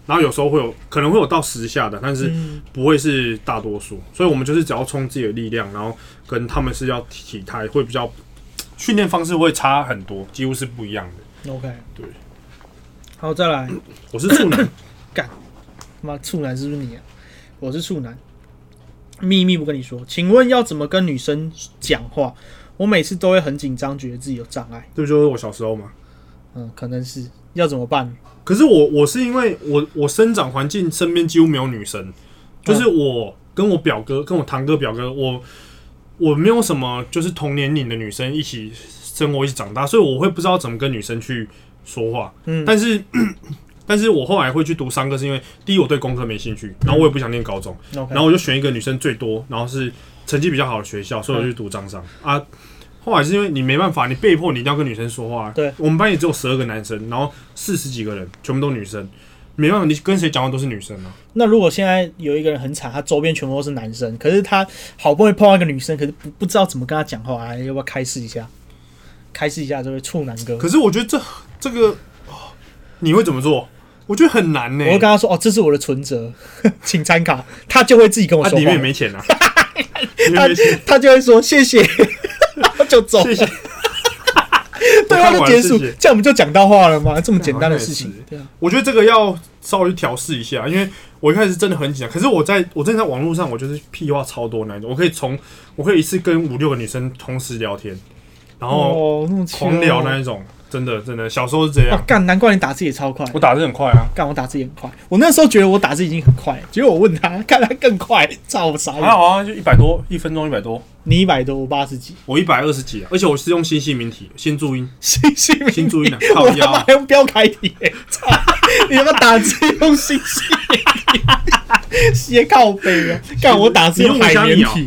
[SPEAKER 2] 然后有时候会有可能会有到十下的，但是不会是大多数，所以我们就是只要冲自己的力量，然后跟他们是要体态会比较训练方式会差很多，几乎是不一样的。
[SPEAKER 1] OK，
[SPEAKER 2] 对，
[SPEAKER 1] 好，再来，
[SPEAKER 2] 我是处男，
[SPEAKER 1] 干，妈处男是不是你啊？我是处男，秘密不跟你说，请问要怎么跟女生讲话？我每次都会很紧张，觉得自己有障碍。
[SPEAKER 2] 这不就是我小时候吗？
[SPEAKER 1] 嗯，可能是要怎么办？
[SPEAKER 2] 可是我我是因为我我生长环境身边几乎没有女生，就是我跟我表哥跟我堂哥表哥，我我没有什么就是同年龄的女生一起生活一起长大，所以我会不知道怎么跟女生去说话。嗯，但是但是我后来会去读商科，是因为第一我对功课没兴趣，然后我也不想念高中，嗯、然后我就选一个女生最多，然后是成绩比较好的学校，所以我就去读彰商、嗯、啊。后来是因为你没办法，你被迫你一定要跟女生说话。
[SPEAKER 1] 对，
[SPEAKER 2] 我们班也只有十二个男生，然后四十几个人，全部都女生，没办法，你跟谁讲话都是女生啊。
[SPEAKER 1] 那如果现在有一个人很惨，他周边全部都是男生，可是他好不容易碰到一个女生，可是 不, 不知道怎么跟他讲话，哎，要不要开示一下？开示一下这位处男哥。
[SPEAKER 2] 可是我觉得这这个、哦、你会怎么做？我觉得很难呢、欸。
[SPEAKER 1] 我会跟他说：“哦，这是我的存折，请参考。”他就会自己跟我说话。
[SPEAKER 2] 啊、里面也没钱啊。
[SPEAKER 1] 他他就会说谢谢。就走了，谢谢对话就结束，这样我们就讲到话了吗？这么简单的事情，对啊，
[SPEAKER 2] 我觉得这个要稍微调试一下，因为我一开始真的很紧张，可是我在我真的在网络上，我就是屁话超多那种，我可以从我可以一次跟五六个女生同时聊天，然后狂聊那一种。真的真的，小时候是这样。
[SPEAKER 1] 干、哦，难怪你打字也超快。
[SPEAKER 2] 我打字很快啊。
[SPEAKER 1] 干，我打字也很快。我那时候觉得我打字已经很快，结果我问他，看他更快，超傻眼。
[SPEAKER 2] 还好啊，就一百多，一分钟一百多。
[SPEAKER 1] 你一百多，我八十几，
[SPEAKER 2] 我一百二十几，而且我是用新细明体，新注音，
[SPEAKER 1] 新细明体，
[SPEAKER 2] 新注音啊，靠腰。
[SPEAKER 1] 我他妈用标楷体、欸，操！你他妈打字用新细明体，斜靠背啊！干，我打字用海绵体。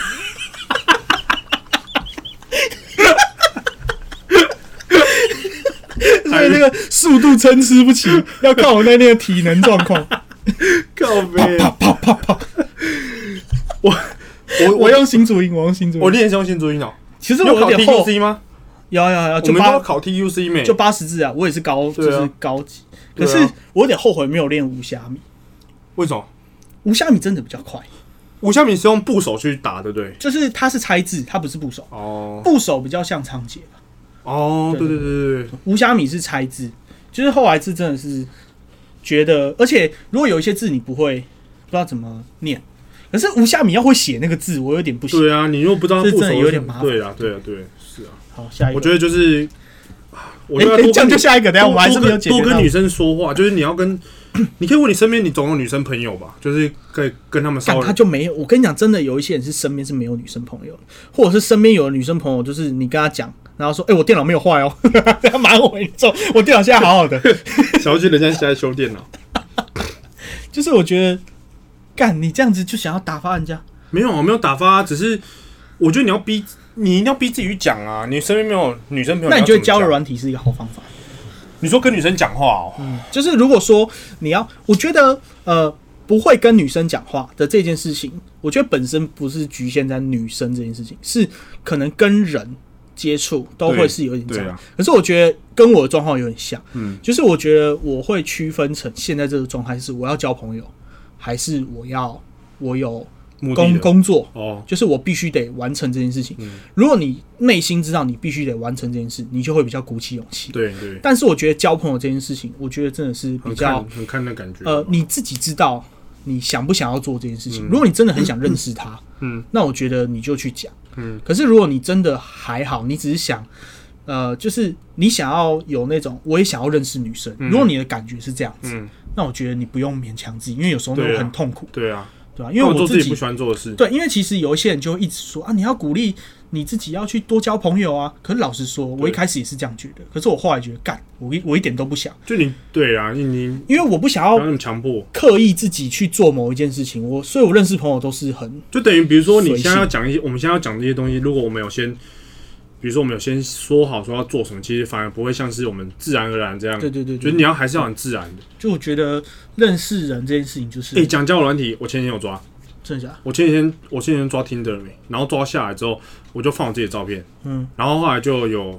[SPEAKER 1] 所以那个速度参差不齐，要看我那那个体能状况。
[SPEAKER 2] 靠背，
[SPEAKER 1] 啪啪啪啪啪！
[SPEAKER 2] 我我
[SPEAKER 1] 我用新注音，我用新注音。
[SPEAKER 2] 我练用新注音哦。
[SPEAKER 1] 其实我有点后
[SPEAKER 2] T U C 吗？
[SPEAKER 1] 有有有，
[SPEAKER 2] 我们都要考 T U C 没？
[SPEAKER 1] 就八十字啊，我也是高，就是高级。可是我有点后悔没有练无虾米。
[SPEAKER 2] 为什么？
[SPEAKER 1] 无虾米真的比较快。
[SPEAKER 2] 无虾米是用部首去打，对不对？
[SPEAKER 1] 就是它是猜字，它不是部首。
[SPEAKER 2] 哦。
[SPEAKER 1] 部首比较像仓颉吧。
[SPEAKER 2] 哦，对对对对对，
[SPEAKER 1] 无虾米是猜字，就是后来字真的是觉得，而且如果有一些字你不会，不知道怎么念，可是无虾米要会写那个字，我有点不行。
[SPEAKER 2] 对啊，你如果不知道部首，
[SPEAKER 1] 真的有点麻烦。
[SPEAKER 2] 对啊，对啊，对，是啊。
[SPEAKER 1] 好，下一个，
[SPEAKER 2] 我觉得就是，我
[SPEAKER 1] 觉得这样就下一个，等一下我们还是没有解决到。
[SPEAKER 2] 多跟女生说话，就是你要跟，你可以问你身边你总有女生朋友吧，就是可以跟他们稍微。
[SPEAKER 1] 他就没有，我跟你讲，真的有一些人是身边是没有女生朋友的，或者是身边有的女生朋友，就是你跟他讲。然后说：“哎、欸，我电脑没有坏哦。”他马上回说：“我电脑现在好好的。”
[SPEAKER 2] 小姐，人家现在修电脑，
[SPEAKER 1] 就是我觉得，干你这样子就想要打发人家？
[SPEAKER 2] 没有，我没有打发，只是我觉得你要逼，你一定要逼自己去讲啊！你身边没有女生朋友，
[SPEAKER 1] 那你觉得交友软体是一个好方法？
[SPEAKER 2] 你说跟女生讲话哦，
[SPEAKER 1] 嗯，就是如果说你要，我觉得呃，不会跟女生讲话的这件事情，我觉得本身不是局限在女生这件事情，是可能跟人。接触都会是有点这样、啊，可是我觉得跟我的状况有点像，嗯，就是我觉得我会区分成现在这个状态是我要交朋友，还是我要我有工工作哦，就是我必须得完成这件事情。嗯、如果你内心知道你必须得完成这件事，你就会比较鼓起勇气。
[SPEAKER 2] 对对。
[SPEAKER 1] 但是我觉得交朋友这件事情，我觉得真的是比较
[SPEAKER 2] 很看很看的感觉。
[SPEAKER 1] 呃，你自己知道你想不想要做这件事情。嗯、如果你真的很想认识他，嗯，那我觉得你就去讲。嗯，可是如果你真的还好，你只是想，呃，就是你想要有那种，我也想要认识女生。嗯、如果你的感觉是这样子，嗯、那我觉得你不用勉强自己，因为有时候那种很痛苦。
[SPEAKER 2] 对啊，
[SPEAKER 1] 对啊，因为我
[SPEAKER 2] 自己不喜欢做的事。
[SPEAKER 1] 对，因为其实有一些人就会一直说啊，你要鼓励你自己要去多交朋友啊。可是老实说，我一开始也是这样觉得，可是我后来觉得，干，我一我一点都不想。
[SPEAKER 2] 就你对啊，你你，
[SPEAKER 1] 因为我不想要
[SPEAKER 2] 那么强迫，
[SPEAKER 1] 刻意自己去做某一件事情。我所以，我认识朋友都是很，
[SPEAKER 2] 就等于比如说，你现在要讲一些，我们现在要讲这些东西，如果我们有先。比如说，我们有先说好说要做什么，其实反而不会像是我们自然而然这样。
[SPEAKER 1] 对对对，
[SPEAKER 2] 就是你要还是要很自然的。
[SPEAKER 1] 就我觉得认识人这件事情，就是
[SPEAKER 2] 哎，讲交友软体，我前几天有抓，
[SPEAKER 1] 真的假的？
[SPEAKER 2] 我前几天我前几天抓 Tinder 没，然后抓下来之后，我就放我自己的照片，嗯，然后后来就有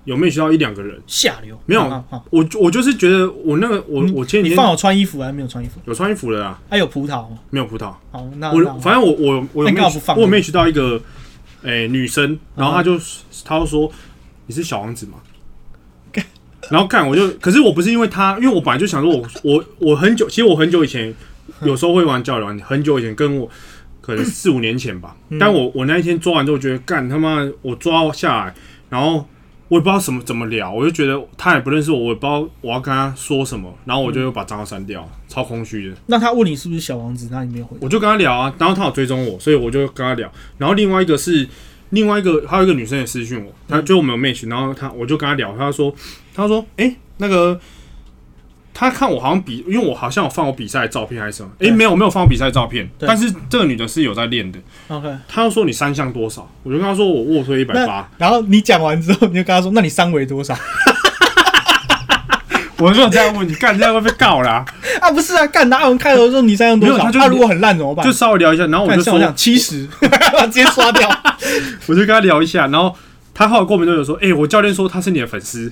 [SPEAKER 2] 有没有学到一两个人
[SPEAKER 1] 下流？
[SPEAKER 2] 没有，
[SPEAKER 1] 啊啊、
[SPEAKER 2] 我我就是觉得我那个我、嗯、我前几天
[SPEAKER 1] 你放有穿衣服还是没有穿衣服？
[SPEAKER 2] 有穿衣服的啊。
[SPEAKER 1] 还、啊、有葡萄吗？
[SPEAKER 2] 没有葡萄。
[SPEAKER 1] 好，那
[SPEAKER 2] 我反正我我我有没有我有没有学到一个诶、欸、女生，然后她就她就说你是小王子吗？然后干我就，可是我不是因为她，因为我本来就想说我我我很久，其实我很久以前有时候会玩交友软体，很久以前跟我。可能四五年前吧，嗯、但我我那一天抓完之后，觉得干他妈，我抓下来，然后我也不知道什么怎么聊，我就觉得他也不认识我，我也不知道我要跟他说什么，然后我就把账号删掉，嗯、超空虚的。
[SPEAKER 1] 那他问你是不是小王子，那你没有回？
[SPEAKER 2] 我就跟他聊啊，然后他有追踪我，所以我就跟他聊。然后另外一个是另外一个还有一个女生也私讯我，她就我们有 match， 然后他我就跟他聊，他说他说哎、欸、那个。他看我好像比，因为我好像有放我比赛的照片还是什么？哎、欸，没有，没有放我比赛的照片。但是这个女的是有在练的。
[SPEAKER 1] OK，
[SPEAKER 2] 他就说你三项多少？我就跟他说我卧推一百八。
[SPEAKER 1] 然后你讲完之后，你就跟他说，那你三围多少？
[SPEAKER 2] 我就这样问你，干这样会被告啦、
[SPEAKER 1] 啊？啊，不是啊，干哪有人开头说你三项多少？他、啊、如果很烂怎么办？
[SPEAKER 2] 就稍微聊一下，然后我就说
[SPEAKER 1] 七十，直接刷掉。
[SPEAKER 2] 我就跟他聊一下，然后他后来过没多久说，哎、欸，我教练说他是你的粉丝。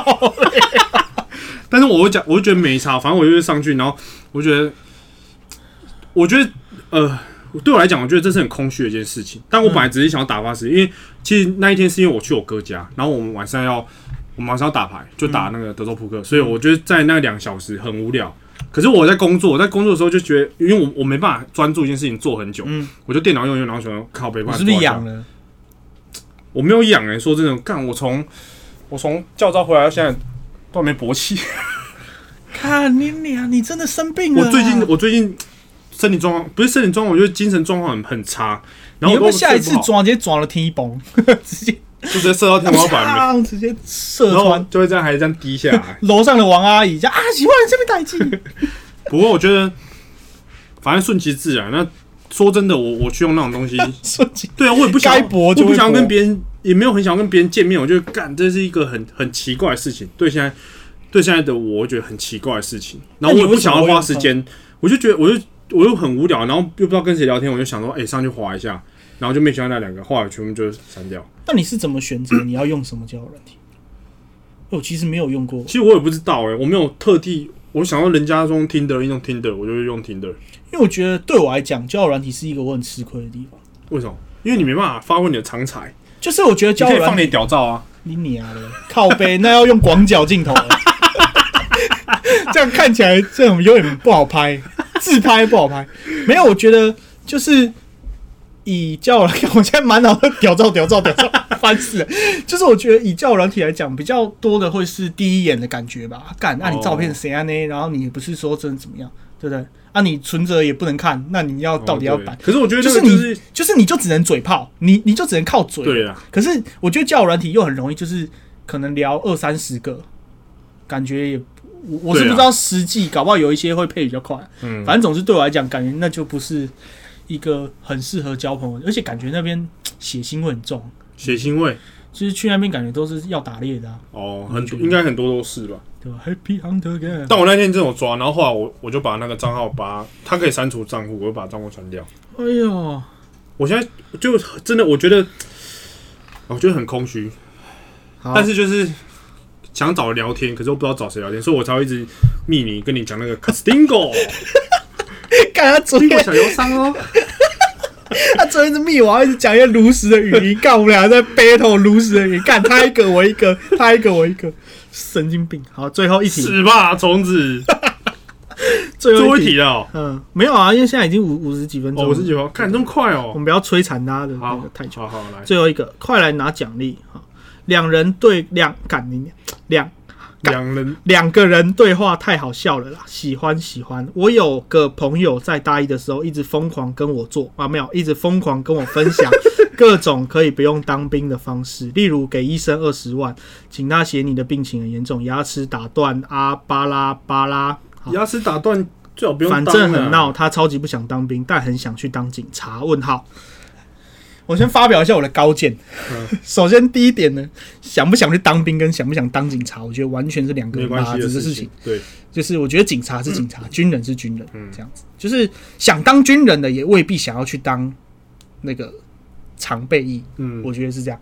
[SPEAKER 2] 但是我会讲，我就觉得没差，反正我就上去，然后我觉得，我觉得，呃，对我来讲，我觉得这是很空虚的一件事情。但我本来只是想要打发时间，因为其实那一天是因为我去我哥家，然后我们晚上要，我们晚上要打牌，就打那个德州扑克，所以我觉得在那两个小时很无聊。可是我在工作，我在工作的时候就觉得，因为我我没办法专注一件事情做很久，嗯、我就电脑用一用，然后想靠北，
[SPEAKER 1] 你是不是痒了？
[SPEAKER 2] 我没有痒哎、欸，说真的，干我从我从教招回来到现在。都没勃起，
[SPEAKER 1] 看你娘！你真的生病了、啊。
[SPEAKER 2] 我最近，我最近身体状况不是身体状况，我觉得精神状况很很差。然后
[SPEAKER 1] 你有没有下一次抓直接抓了天崩，直接
[SPEAKER 2] 就直接射到天花板，
[SPEAKER 1] 直接射穿，
[SPEAKER 2] 就会这样，还是这样滴下来。
[SPEAKER 1] 楼上的王阿姨讲啊，喜欢你这边带劲。
[SPEAKER 2] 不过我觉得，反正顺其自然。那说真的，我我去用那种东西，对啊，我也不想，我不想跟别人。也没有很想跟别人见面，我觉得干这是一个很很奇怪的事情，对现在对现在的我，我觉得很奇怪的事情。然后我也不想要花时间，我就觉得我就我又很无聊，然后又不知道跟谁聊天，我就想说，哎、欸，上去滑一下，然后就没选到那两个，后来全部就删掉。
[SPEAKER 1] 那你是怎么选择你要用什么交友软体？我其实没有用过，
[SPEAKER 2] 其实我也不知道哎、欸，我没有特地，我想到人家用 Tinder 用 Tinder， 我就会用 Tinder。
[SPEAKER 1] 因为我觉得对我来讲，交友软体是一个我很吃亏的地方。
[SPEAKER 2] 为什么？因为你没办法发挥你的长才。
[SPEAKER 1] 就是我觉得交友软体，
[SPEAKER 2] 你可以放点屌照啊！
[SPEAKER 1] 你娘的靠背，那要用广角镜头，这样看起来这种有点不好拍，自拍不好拍。没有，我觉得就是以交友来看，我现在满脑的屌照、屌照、屌照，烦死了。就是我觉得以交友软体来讲，比较多的会是第一眼的感觉吧。干，那、啊、你照片谁啊呢？然后你也不是说真的怎么样，对不对？啊，你存折也不能看，那你要到底要摆、哦？
[SPEAKER 2] 可是我觉得
[SPEAKER 1] 就是你，就是你就只能嘴炮，你你就只能靠嘴。
[SPEAKER 2] 对啊。
[SPEAKER 1] 可是我觉得交友软体又很容易，就是可能聊二三十个，感觉也我我是不知道实际，搞不好有一些会配比较快。嗯。反正总之对我来讲，感觉那就不是一个很适合交朋友，而且感觉那边血腥味很重。
[SPEAKER 2] 血腥味。
[SPEAKER 1] 就是去那边感觉都是要打猎的啊。
[SPEAKER 2] 哦，很应该很多都是吧。
[SPEAKER 1] 对吧 ？Happy Hunter Game。
[SPEAKER 2] 但我那天真有抓，然后后来我我就把那个账号把他可以删除账户，我就把账户删掉。
[SPEAKER 1] 哎呦，
[SPEAKER 2] 我现在就真的我觉得，我觉得很空虚。但是就是想找聊天，可是我不知道找谁聊天，所以我才会一直密你跟你讲那个 Castingo。
[SPEAKER 1] 看他昨天
[SPEAKER 2] 小忧伤哦。
[SPEAKER 1] 他昨天一直密我，一直讲一些如实的语音，干我们俩在 battle 如实的语音，干他一个我一个，他一个我一个，神经病。好，最后一题，
[SPEAKER 2] 死吧虫子。
[SPEAKER 1] 最后一
[SPEAKER 2] 题了、哦，
[SPEAKER 1] 嗯，没有啊，因为现在已经五五十几分钟了，
[SPEAKER 2] 五十几分钟，看这么快哦，
[SPEAKER 1] 我们不要摧残他的那个太久。
[SPEAKER 2] 好好来，
[SPEAKER 1] 最后一个，快来拿奖励哈！两人对两干你两。
[SPEAKER 2] 两人
[SPEAKER 1] 两个人对话太好笑了啦，喜欢喜欢。我有个朋友在大一的时候一直疯狂跟我做啊，没有，一直疯狂跟我分享各种可以不用当兵的方式，例如给医生二十万，请他写你的病情很严重，牙齿打断啊巴拉巴拉，
[SPEAKER 2] 牙齿打断最好不用当、啊。
[SPEAKER 1] 反正很闹，他超级不想当兵，但很想去当警察。问号。我先发表一下我的高见。嗯、首先，第一点呢，想不想去当兵跟想不想当警察，我觉得完全是两个码子的事情。
[SPEAKER 2] 对，
[SPEAKER 1] 就是我觉得警察是警察，嗯、军人是军人，嗯、这样子。就是想当军人的也未必想要去当那个常备役，嗯，我觉得是这样。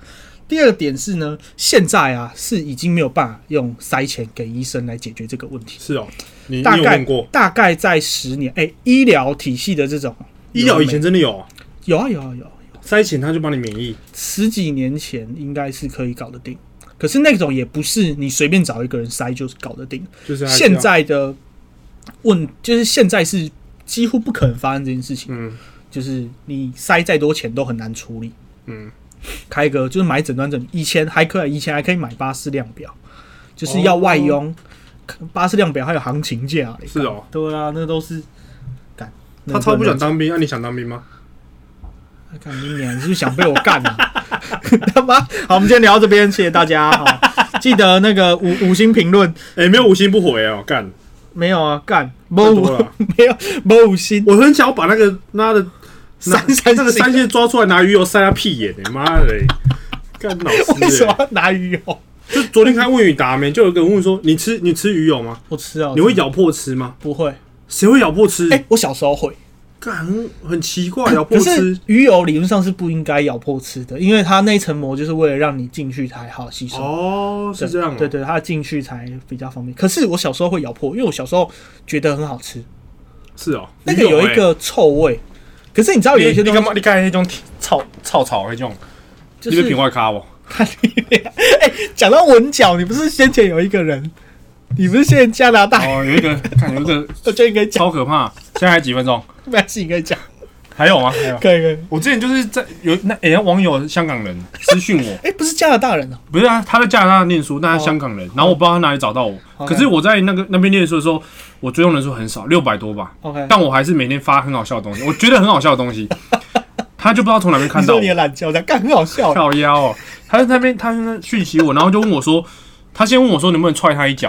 [SPEAKER 1] 第二个点是呢，现在啊是已经没有办法用塞钱给医生来解决这个问题。
[SPEAKER 2] 是哦，你
[SPEAKER 1] 大概
[SPEAKER 2] 你有问过？
[SPEAKER 1] 大概在十年，哎、欸，医疗体系的这种
[SPEAKER 2] 医疗以前真的有啊，
[SPEAKER 1] 有啊有啊有啊，
[SPEAKER 2] 塞钱他就帮你免疫。
[SPEAKER 1] 十几年前应该是可以搞得定，可是那种也不是你随便找一个人塞就搞得定。
[SPEAKER 2] 就是
[SPEAKER 1] 现在的问，就是现在是几乎不可能发生这件事情。嗯，就是你塞再多钱都很难处理。嗯。开个就是买诊断证明，以前还可以，以前还可以买巴氏量表，就是要外佣。巴氏量表还有行情价，
[SPEAKER 2] 是哦，
[SPEAKER 1] 对啊，那都是干。
[SPEAKER 2] 他超不想当兵，那、啊、你想当兵吗？
[SPEAKER 1] 干你娘！你是不是想被我干啊？他妈！好，我们今天聊到这边，谢谢大家哈。记得那个五五星评论，
[SPEAKER 2] 哎、欸，没有五星不回哦，干。
[SPEAKER 1] 没有啊，干，没有，没有，没五星。
[SPEAKER 2] 我很想要把那个妈的。
[SPEAKER 1] 三三
[SPEAKER 2] 那个三线抓出来拿鱼油塞他屁眼、欸，妈的、欸！干老师、欸，
[SPEAKER 1] 为什么要拿鱼油？
[SPEAKER 2] 就昨天看问语答没，就有个人问说：“你吃你吃鱼油吗？”
[SPEAKER 1] 我吃啊。
[SPEAKER 2] 你会咬破吃吗？
[SPEAKER 1] 不会。
[SPEAKER 2] 谁会咬破吃？
[SPEAKER 1] 哎、欸，我小时候会。
[SPEAKER 2] 干很很奇怪，咬破吃。
[SPEAKER 1] 可是鱼油理论上是不应该咬破吃的，因为它那一层膜就是为了让你进去才好吸收。
[SPEAKER 2] 哦，是这样、喔。
[SPEAKER 1] 对 对, 對，它进去才比较方便。可是我小时候会咬破，因为我小时候觉得很好吃。
[SPEAKER 2] 是哦、喔，
[SPEAKER 1] 那个有一个臭味。可是你知道有一些东西，
[SPEAKER 2] 你干嘛？你刚才那种草草草那种，就是品外咖不？
[SPEAKER 1] 看你哎，讲到文角，你不是先前有一个人，你不是现在加拿大
[SPEAKER 2] 哦，有一个，看有一个，
[SPEAKER 1] 我觉得你可以讲，
[SPEAKER 2] 超可怕。现在还几分钟？
[SPEAKER 1] 没关系，你可以讲。
[SPEAKER 2] 还有吗？还有，
[SPEAKER 1] 可以可以。
[SPEAKER 2] 我之前就是在有那哎、欸、网友香港人私讯我，
[SPEAKER 1] 哎、欸，不是加拿大人啊？
[SPEAKER 2] 不是啊，他在加拿大念书，但他香港人，哦、然后我不知道他哪里找到我。Okay. 可是我在那个那边念书的时候，我追踪人数很少，六百多吧。
[SPEAKER 1] OK，
[SPEAKER 2] 但我还是每天发很好笑的东西，我觉得很好笑的东西。他就不知道从哪边看到我，
[SPEAKER 1] 你说你的懒觉在干很好笑，
[SPEAKER 2] 跳腰哦。他在那边，他在讯息我，然后就问我说，他先问我说能不能踹他一脚。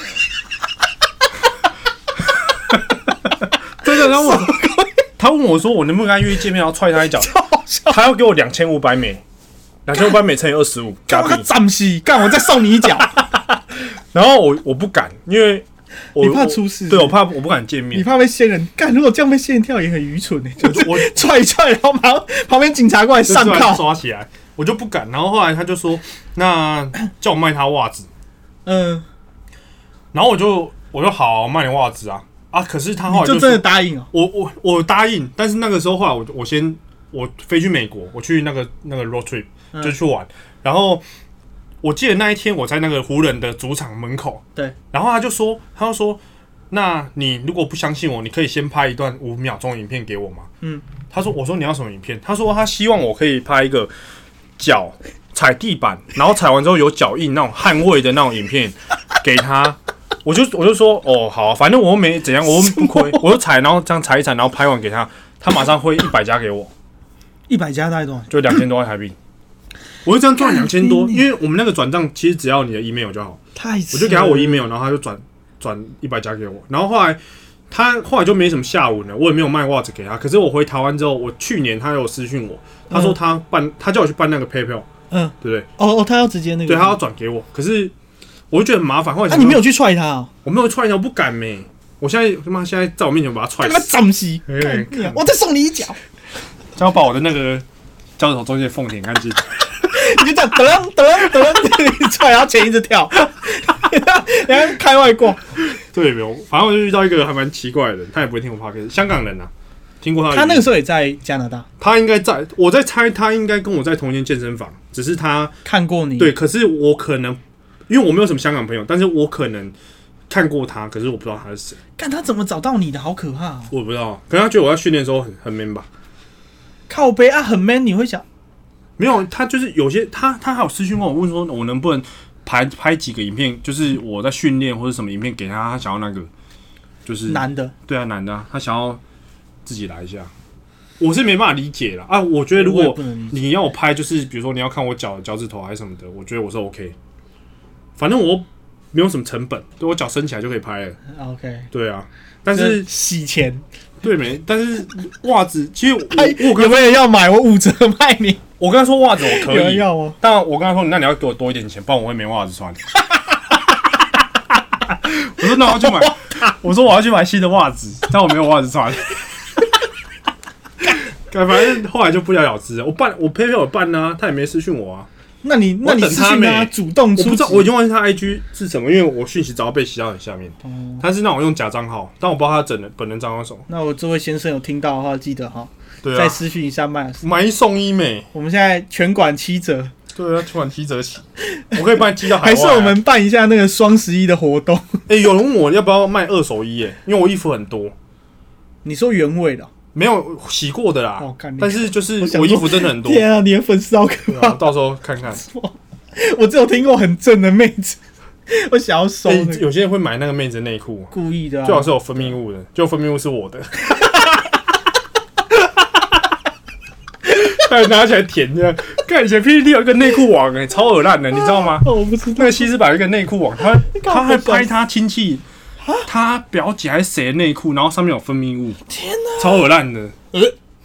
[SPEAKER 2] 对对，他问我，他问我说我能不能跟他约见面，然后踹他一脚。他要给我两千五百美，两千五百美乘以二十五，
[SPEAKER 1] 干他暂时干，我再送你一脚。
[SPEAKER 2] 然后我我不敢，因为。
[SPEAKER 1] 你怕出事？
[SPEAKER 2] 对，我怕我不敢见面。
[SPEAKER 1] 你怕被仙人干？如果这样被仙人跳也很愚蠢哎、欸！就是我踹一踹，然后马上旁边警察过来上铐
[SPEAKER 2] 抓起来，我就不敢。然后后来他就说：“那叫我卖他袜子。”嗯，然后我就我就好卖你袜子啊啊！可是他后来 就,
[SPEAKER 1] 就真的答应了、
[SPEAKER 2] 喔。我我我答应，但是那个时候后来我我先我飞去美国，我去那个那个 road trip 就去玩，嗯、然后。我记得那一天我在那个湖人的主场门口，
[SPEAKER 1] 对，
[SPEAKER 2] 然后他就说，他就说，那你如果不相信我，你可以先拍一段五秒钟的影片给我吗？嗯，他说，我说你要什么影片？他说他希望我可以拍一个脚踩地板，然后踩完之后有脚印那种捍卫的那种影片给他。我就我就说，哦，好、啊，反正我又没怎样，我又不亏，我就踩，然后这样踩一踩，然后拍完给他，他马上会一百加给我，
[SPEAKER 1] 一百加大概多少？
[SPEAKER 2] 就两千多块台币。我就这样赚两千多，因为我们那个转账其实只要你的 email 就好，
[SPEAKER 1] 太
[SPEAKER 2] 我就给他我 email， 然后他就转转一百加给我，然后后来他后来就没什么下文了，我也没有卖袜子给他。可是我回台湾之后，我去年他有私讯我，他说他办，嗯、他叫我去办那个 PayPal， 嗯，对不对？
[SPEAKER 1] 哦哦，他要直接那个，
[SPEAKER 2] 对他要转给我，可是我就觉得很麻烦。后来
[SPEAKER 1] 啊，你没有去踹他、哦？
[SPEAKER 2] 我没有踹他，我不敢没、欸。我现在他妈现在在我面前把他踹死，
[SPEAKER 1] 他zam死！我再送你一脚，
[SPEAKER 2] 这样把我的那个脚趾头中间缝舔干净。
[SPEAKER 1] 你就这样噔噔噔踹，然后钱一直跳，然后开外挂。
[SPEAKER 2] 对，没有，反正我就遇到一个还蛮奇怪的人，他也不会听我 podcast， 香港人啊，听过他。
[SPEAKER 1] 他那个时候也在加拿大，
[SPEAKER 2] 他应该在，我在猜他应该跟我在同一间健身房，只是他
[SPEAKER 1] 看过你。
[SPEAKER 2] 对，可是我可能因为我没有什么香港朋友，但是我可能看过他，可是我不知道他是谁。
[SPEAKER 1] 看他怎么找到你的，好可怕、喔！
[SPEAKER 2] 我不知道，可能他觉得我在训练的时候很很 man 吧。
[SPEAKER 1] 靠背啊，很 man， 你会想。
[SPEAKER 2] 没有，他就是有些他他还有私讯问我，问说我能不能拍拍几个影片，就是我在训练或者什么影片给他，他想要那个就是
[SPEAKER 1] 男的，
[SPEAKER 2] 对啊，男的、啊，他想要自己来一下，我是没办法理解啦啊！我觉得如果你要我拍，就是比如说你要看我脚脚趾头还是什么的，我觉得我是 OK， 反正我没有什么成本，对我脚伸起来就可以拍了
[SPEAKER 1] ，OK，
[SPEAKER 2] 对啊，但是
[SPEAKER 1] 洗钱。
[SPEAKER 2] 对没？但是袜子其实我
[SPEAKER 1] 我有没有人要买？我五折卖你。
[SPEAKER 2] 我跟他说袜子我可以，
[SPEAKER 1] 有人要吗？
[SPEAKER 2] 但我跟他说，那你要给我多一点钱，不然我会没袜子穿。我说那我要去买，我说我要去买新的袜子，但我没有袜子穿。反正后来就不了了之了。我办我 PayPal 有办啊，他也没私讯我啊。
[SPEAKER 1] 那你那你私讯他主动出击，
[SPEAKER 2] 我不知道，我已经忘记他 I G 是什么，因为我讯息早被洗到很下面。哦，他是那种用假账号，但我不知道他真人本人账号什么。
[SPEAKER 1] 那我这位先生有听到的话，记得哈，
[SPEAKER 2] 对啊，
[SPEAKER 1] 再私讯一下麦尔斯，
[SPEAKER 2] 买一送一美。
[SPEAKER 1] 我们现在全馆七折。
[SPEAKER 2] 对啊，全馆七折起，我可以帮你寄到海外、啊。
[SPEAKER 1] 还是我们办一下那个双十一的活动？
[SPEAKER 2] 哎、欸，有人问我要不要卖二手衣耶、欸，因为我衣服很多。
[SPEAKER 1] 你说原味的、喔？
[SPEAKER 2] 没有洗过的啦，哦、但是就是我衣服真的很多。
[SPEAKER 1] 天啊，你的粉丝好可怕！
[SPEAKER 2] 啊、到时候看看。
[SPEAKER 1] 我只有听过很正的妹子，我想要收、那個
[SPEAKER 2] 欸。有些人会买那个妹子内裤，
[SPEAKER 1] 故意的、啊，
[SPEAKER 2] 最好是有分泌物的，就分泌物是我的。还拿起来舔这样，看以前 P T T 有一个内裤网哎、欸，超恶烂的，你知道吗？
[SPEAKER 1] 哦、我不知道。
[SPEAKER 2] 那个西施版有一个内裤网，他他还拍他亲戚。他表姐还是谁的内裤，然后上面有分泌物，
[SPEAKER 1] 天哪，
[SPEAKER 2] 超恶烂的，呃，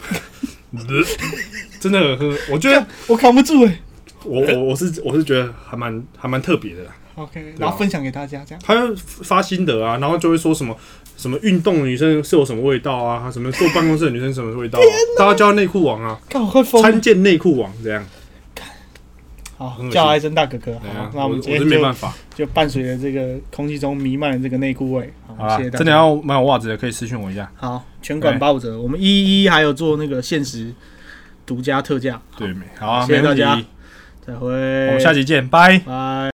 [SPEAKER 2] 真的很，我觉得
[SPEAKER 1] 我扛不住哎、欸，
[SPEAKER 2] 我我我是我是觉得还蛮还蛮特别的啦。
[SPEAKER 1] OK， 然后分享给大家这样，
[SPEAKER 2] 他会发心得啊，然后就会说什么什么运动的女生是有什么味道啊，什么坐办公室的女生什么味道啊，大家叫内裤王啊，参见内裤王这样。
[SPEAKER 1] 好，叫艾森大哥哥。好，那我们今天就就伴随着这个空气中弥漫的这个内裤味，好，谢谢大家。
[SPEAKER 2] 真的要买我袜子的，可以私讯我一下。
[SPEAKER 1] 好，全馆八五折，我们一一还有做那个限时独家特价。
[SPEAKER 2] 对，好啊，
[SPEAKER 1] 谢谢大家，再会，
[SPEAKER 2] 我们下集见，拜拜。